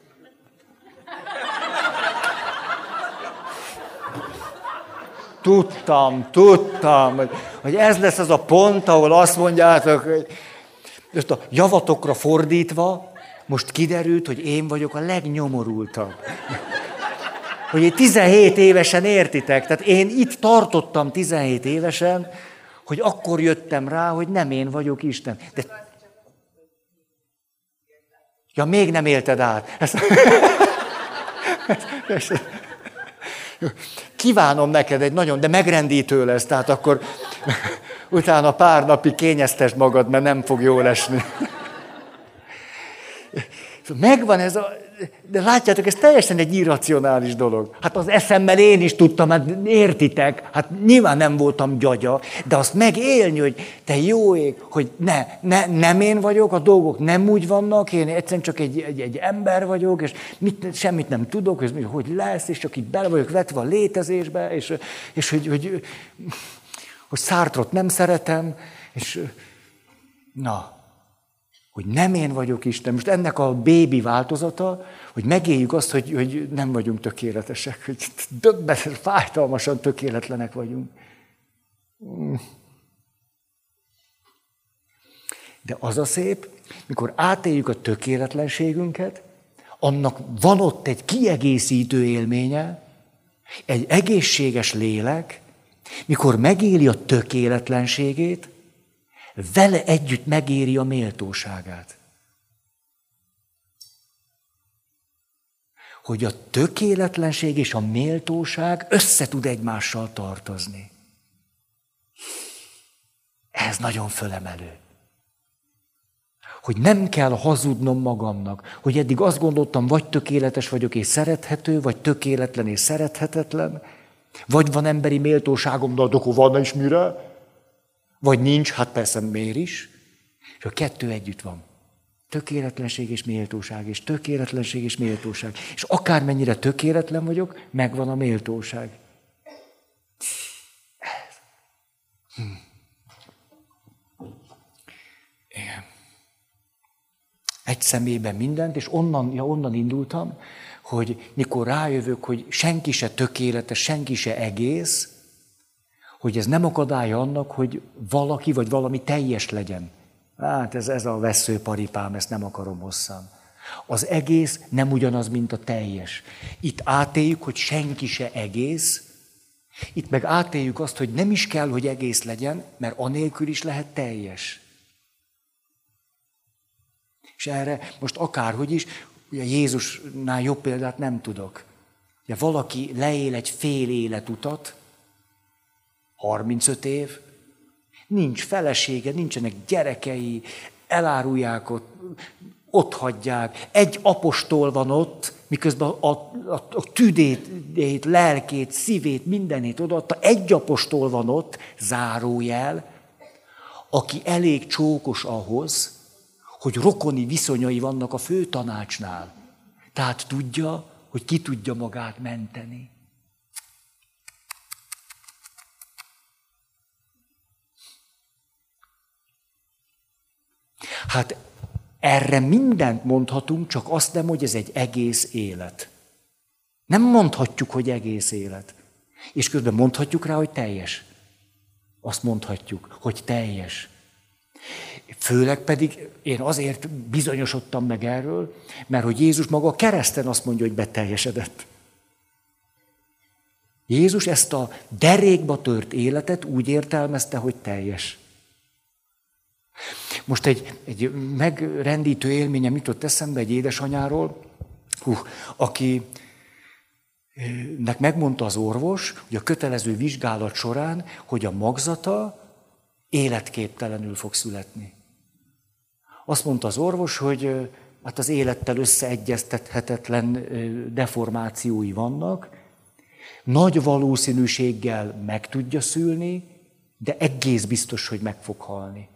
Tudtam, hogy ez lesz az a pont, ahol azt mondjátok, hogy ezt a javatokra fordítva, most kiderült, hogy én vagyok a legnyomorultabb. Hogy én 17 évesen értitek, tehát én itt tartottam 17 évesen, hogy akkor jöttem rá, hogy nem én vagyok Isten. De... Ja, még nem élted át. Kívánom neked egy nagyon, de megrendítő lesz, tehát akkor utána pár napig kényeztesd magad, mert nem fog jól esni. Megvan ez a... De látjátok, ez teljesen egy irracionális dolog. Hát az eszemmel én is tudtam, hát értitek, hát nyilván nem voltam gyagya, de azt megélni, hogy te jó ég, hogy nem én vagyok, a dolgok nem úgy vannak, én egyszerűen csak egy ember vagyok, és semmit nem tudok, és hogy lesz, és csak így bele vagyok vetve a létezésbe, és hogy Sartre-ot nem szeretem, és na... hogy nem én vagyok Isten. Most ennek a bébi változata, hogy megéljük azt, hogy nem vagyunk tökéletesek, hogy döbbenet, fájdalmasan tökéletlenek vagyunk. De az a szép, mikor átéljük a tökéletlenségünket, annak van ott egy kiegészítő élménye, egy egészséges lélek, mikor megéli a tökéletlenségét, vele együtt megéri a méltóságát. Hogy a tökéletlenség és a méltóság össze tud egymással tartozni. Ez nagyon fölemelő. Hogy nem kell hazudnom magamnak, hogy eddig azt gondoltam, vagy tökéletes vagyok és szerethető, vagy tökéletlen és szerethetetlen, vagy van emberi méltóságom, de akkor van is mire? Vagy nincs, hát persze miért is. És a kettő együtt van. Tökéletlenség és méltóság, és tökéletlenség és méltóság. És akármennyire tökéletlen vagyok, megvan a méltóság. Igen. Egy személyben mindent, és onnan indultam, hogy mikor rájövök, hogy senki se tökéletes, senki se egész, hogy ez nem akadálya annak, hogy valaki vagy valami teljes legyen. Hát ez a vesszőparipám, ezt nem akarom hosszan. Az egész nem ugyanaz, mint a teljes. Itt átéljük, hogy senki se egész, itt meg átéljük azt, hogy nem is kell, hogy egész legyen, mert anélkül is lehet teljes. És erre most akárhogy is, ugye Jézusnál jobb példát nem tudok. Ugye valaki leél egy fél életutat, 35 év, nincs felesége, nincsenek gyerekei, elárulják ott hagyják. Egy apostol van ott, miközben a tüdét, lelkét, szívét, mindenét odaadta. Egy apostol van ott, zárójel, aki elég csókos ahhoz, hogy rokoni viszonyai vannak a főtanácsnál. Tehát tudja, hogy ki tudja magát menteni. Hát erre mindent mondhatunk, csak azt nem, hogy ez egy egész élet. Nem mondhatjuk, hogy egész élet. És közben mondhatjuk rá, hogy teljes. Azt mondhatjuk, hogy teljes. Főleg pedig én azért bizonyosodtam meg erről, mert hogy Jézus maga a kereszten azt mondja, hogy beteljesedett. Jézus ezt a derékba tört életet úgy értelmezte, hogy teljes. Most egy megrendítő élményem jutott eszembe egy édesanyáról, akinek megmondta az orvos, hogy a kötelező vizsgálat során, hogy a magzata életképtelenül fog születni. Azt mondta az orvos, hogy hát az élettel összeegyeztethetetlen deformációi vannak, nagy valószínűséggel meg tudja szülni, de egész biztos, hogy meg fog halni.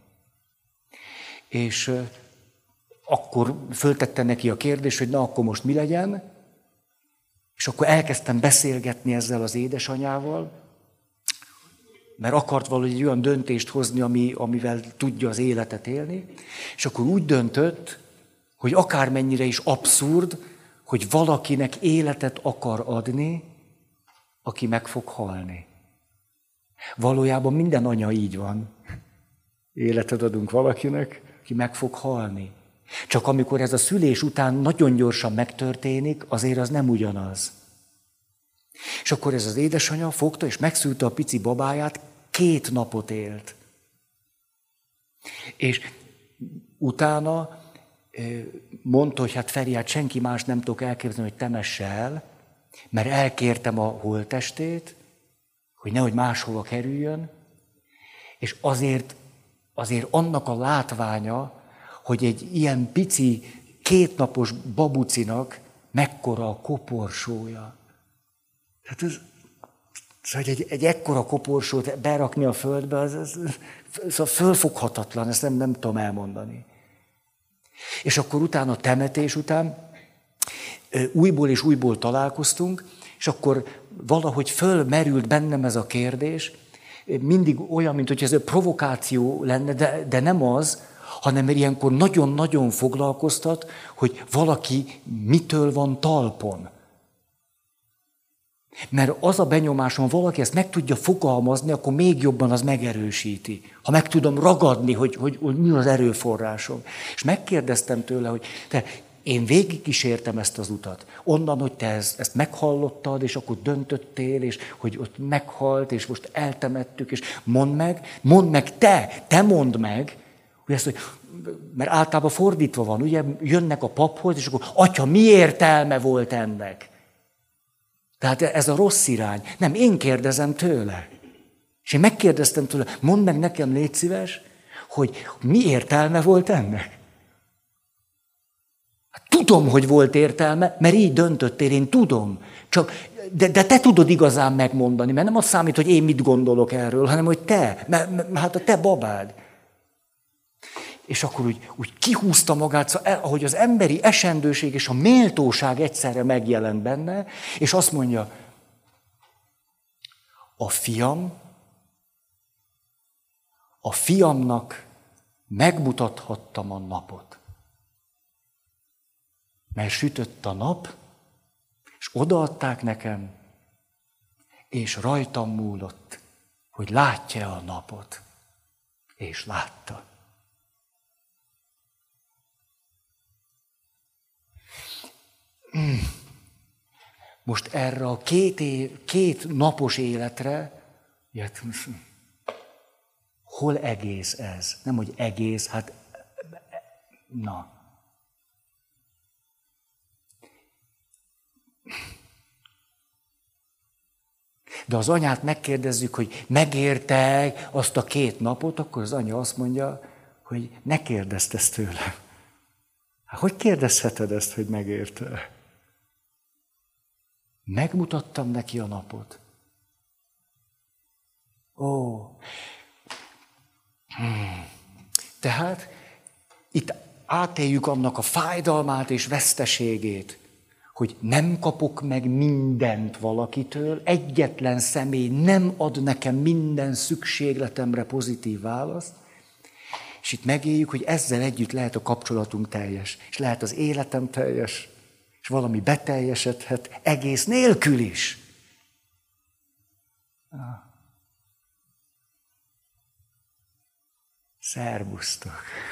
És akkor föltette neki a kérdést, hogy na akkor most mi legyen, és akkor elkezdtem beszélgetni ezzel az édesanyával, mert akart valahogy egy olyan döntést hozni, amivel tudja az életet élni, és akkor úgy döntött, hogy akármennyire is abszurd, hogy valakinek életet akar adni, aki meg fog halni. Valójában minden anya így van. Életet adunk valakinek, aki meg fog halni. Csak amikor ez a szülés után nagyon gyorsan megtörténik, azért az nem ugyanaz. És akkor ez az édesanyja fogta, és megszülte a pici babáját, 2 napot élt. És utána mondta, hogy hát Feri, hát senki más nem tudok elképzelni, hogy temesse el, mert elkértem a holttestét, hogy nehogy máshova kerüljön, és azért annak a látványa, hogy egy ilyen pici, 2 napos babucinak mekkora a koporsója. Tehát egy ekkora koporsót berakni a földbe, az fölfoghatatlan, ezt nem tudom elmondani. És akkor utána, a temetés után újból és újból találkoztunk, és akkor valahogy fölmerült bennem ez a kérdés, mindig olyan, mint hogy ez provokáció lenne, de nem az, hanem ilyenkor nagyon-nagyon foglalkoztat, hogy valaki mitől van talpon. Mert az a benyomásom, ha valaki ezt meg tudja fogalmazni, akkor még jobban az megerősíti. Ha meg tudom ragadni, hogy mi az erőforrásom. És megkérdeztem tőle, hogy én végigkísértem ezt az utat. Onnan, hogy te ezt meghallottad, és akkor döntöttél, és hogy ott meghalt, és most eltemettük, és mondd meg, te mondd meg, hogy ezt, hogy, mert általában fordítva van, ugye, jönnek a paphoz, és akkor, atya, mi értelme volt ennek? Tehát ez a rossz irány. Nem, én kérdezem tőle. És én megkérdeztem tőle, mondd meg nekem, légy szíves, hogy mi értelme volt ennek? Tudom, hogy volt értelme, mert így döntöttél, én tudom. De te tudod igazán megmondani, mert nem az számít, hogy én mit gondolok erről, hanem hogy te, mert hát a te babád. És akkor úgy kihúzta magát, szóval, ahogy az emberi esendőség és a méltóság egyszerre megjelent benne, és azt mondja, a fiamnak megmutathattam a napot. Mert sütött a nap, és odaadták nekem, és rajtam múlott, hogy látja a napot. És látta. Most erre a 2 napos életre, hol egész ez? Nem, hogy egész, hát na. De az anyát megkérdezzük, hogy megérte azt a 2 napot, akkor az anya azt mondja, hogy ne kérdezd ezt tőle. Hát hogy kérdezheted ezt, hogy megérte? Megmutattam neki a napot. Tehát itt átéljük annak a fájdalmát és veszteségét, hogy nem kapok meg mindent valakitől, egyetlen személy nem ad nekem minden szükségletemre pozitív választ, és itt megéljük, hogy ezzel együtt lehet a kapcsolatunk teljes, és lehet az életem teljes, és valami beteljesedhet egész nélkül is. Szervusztok!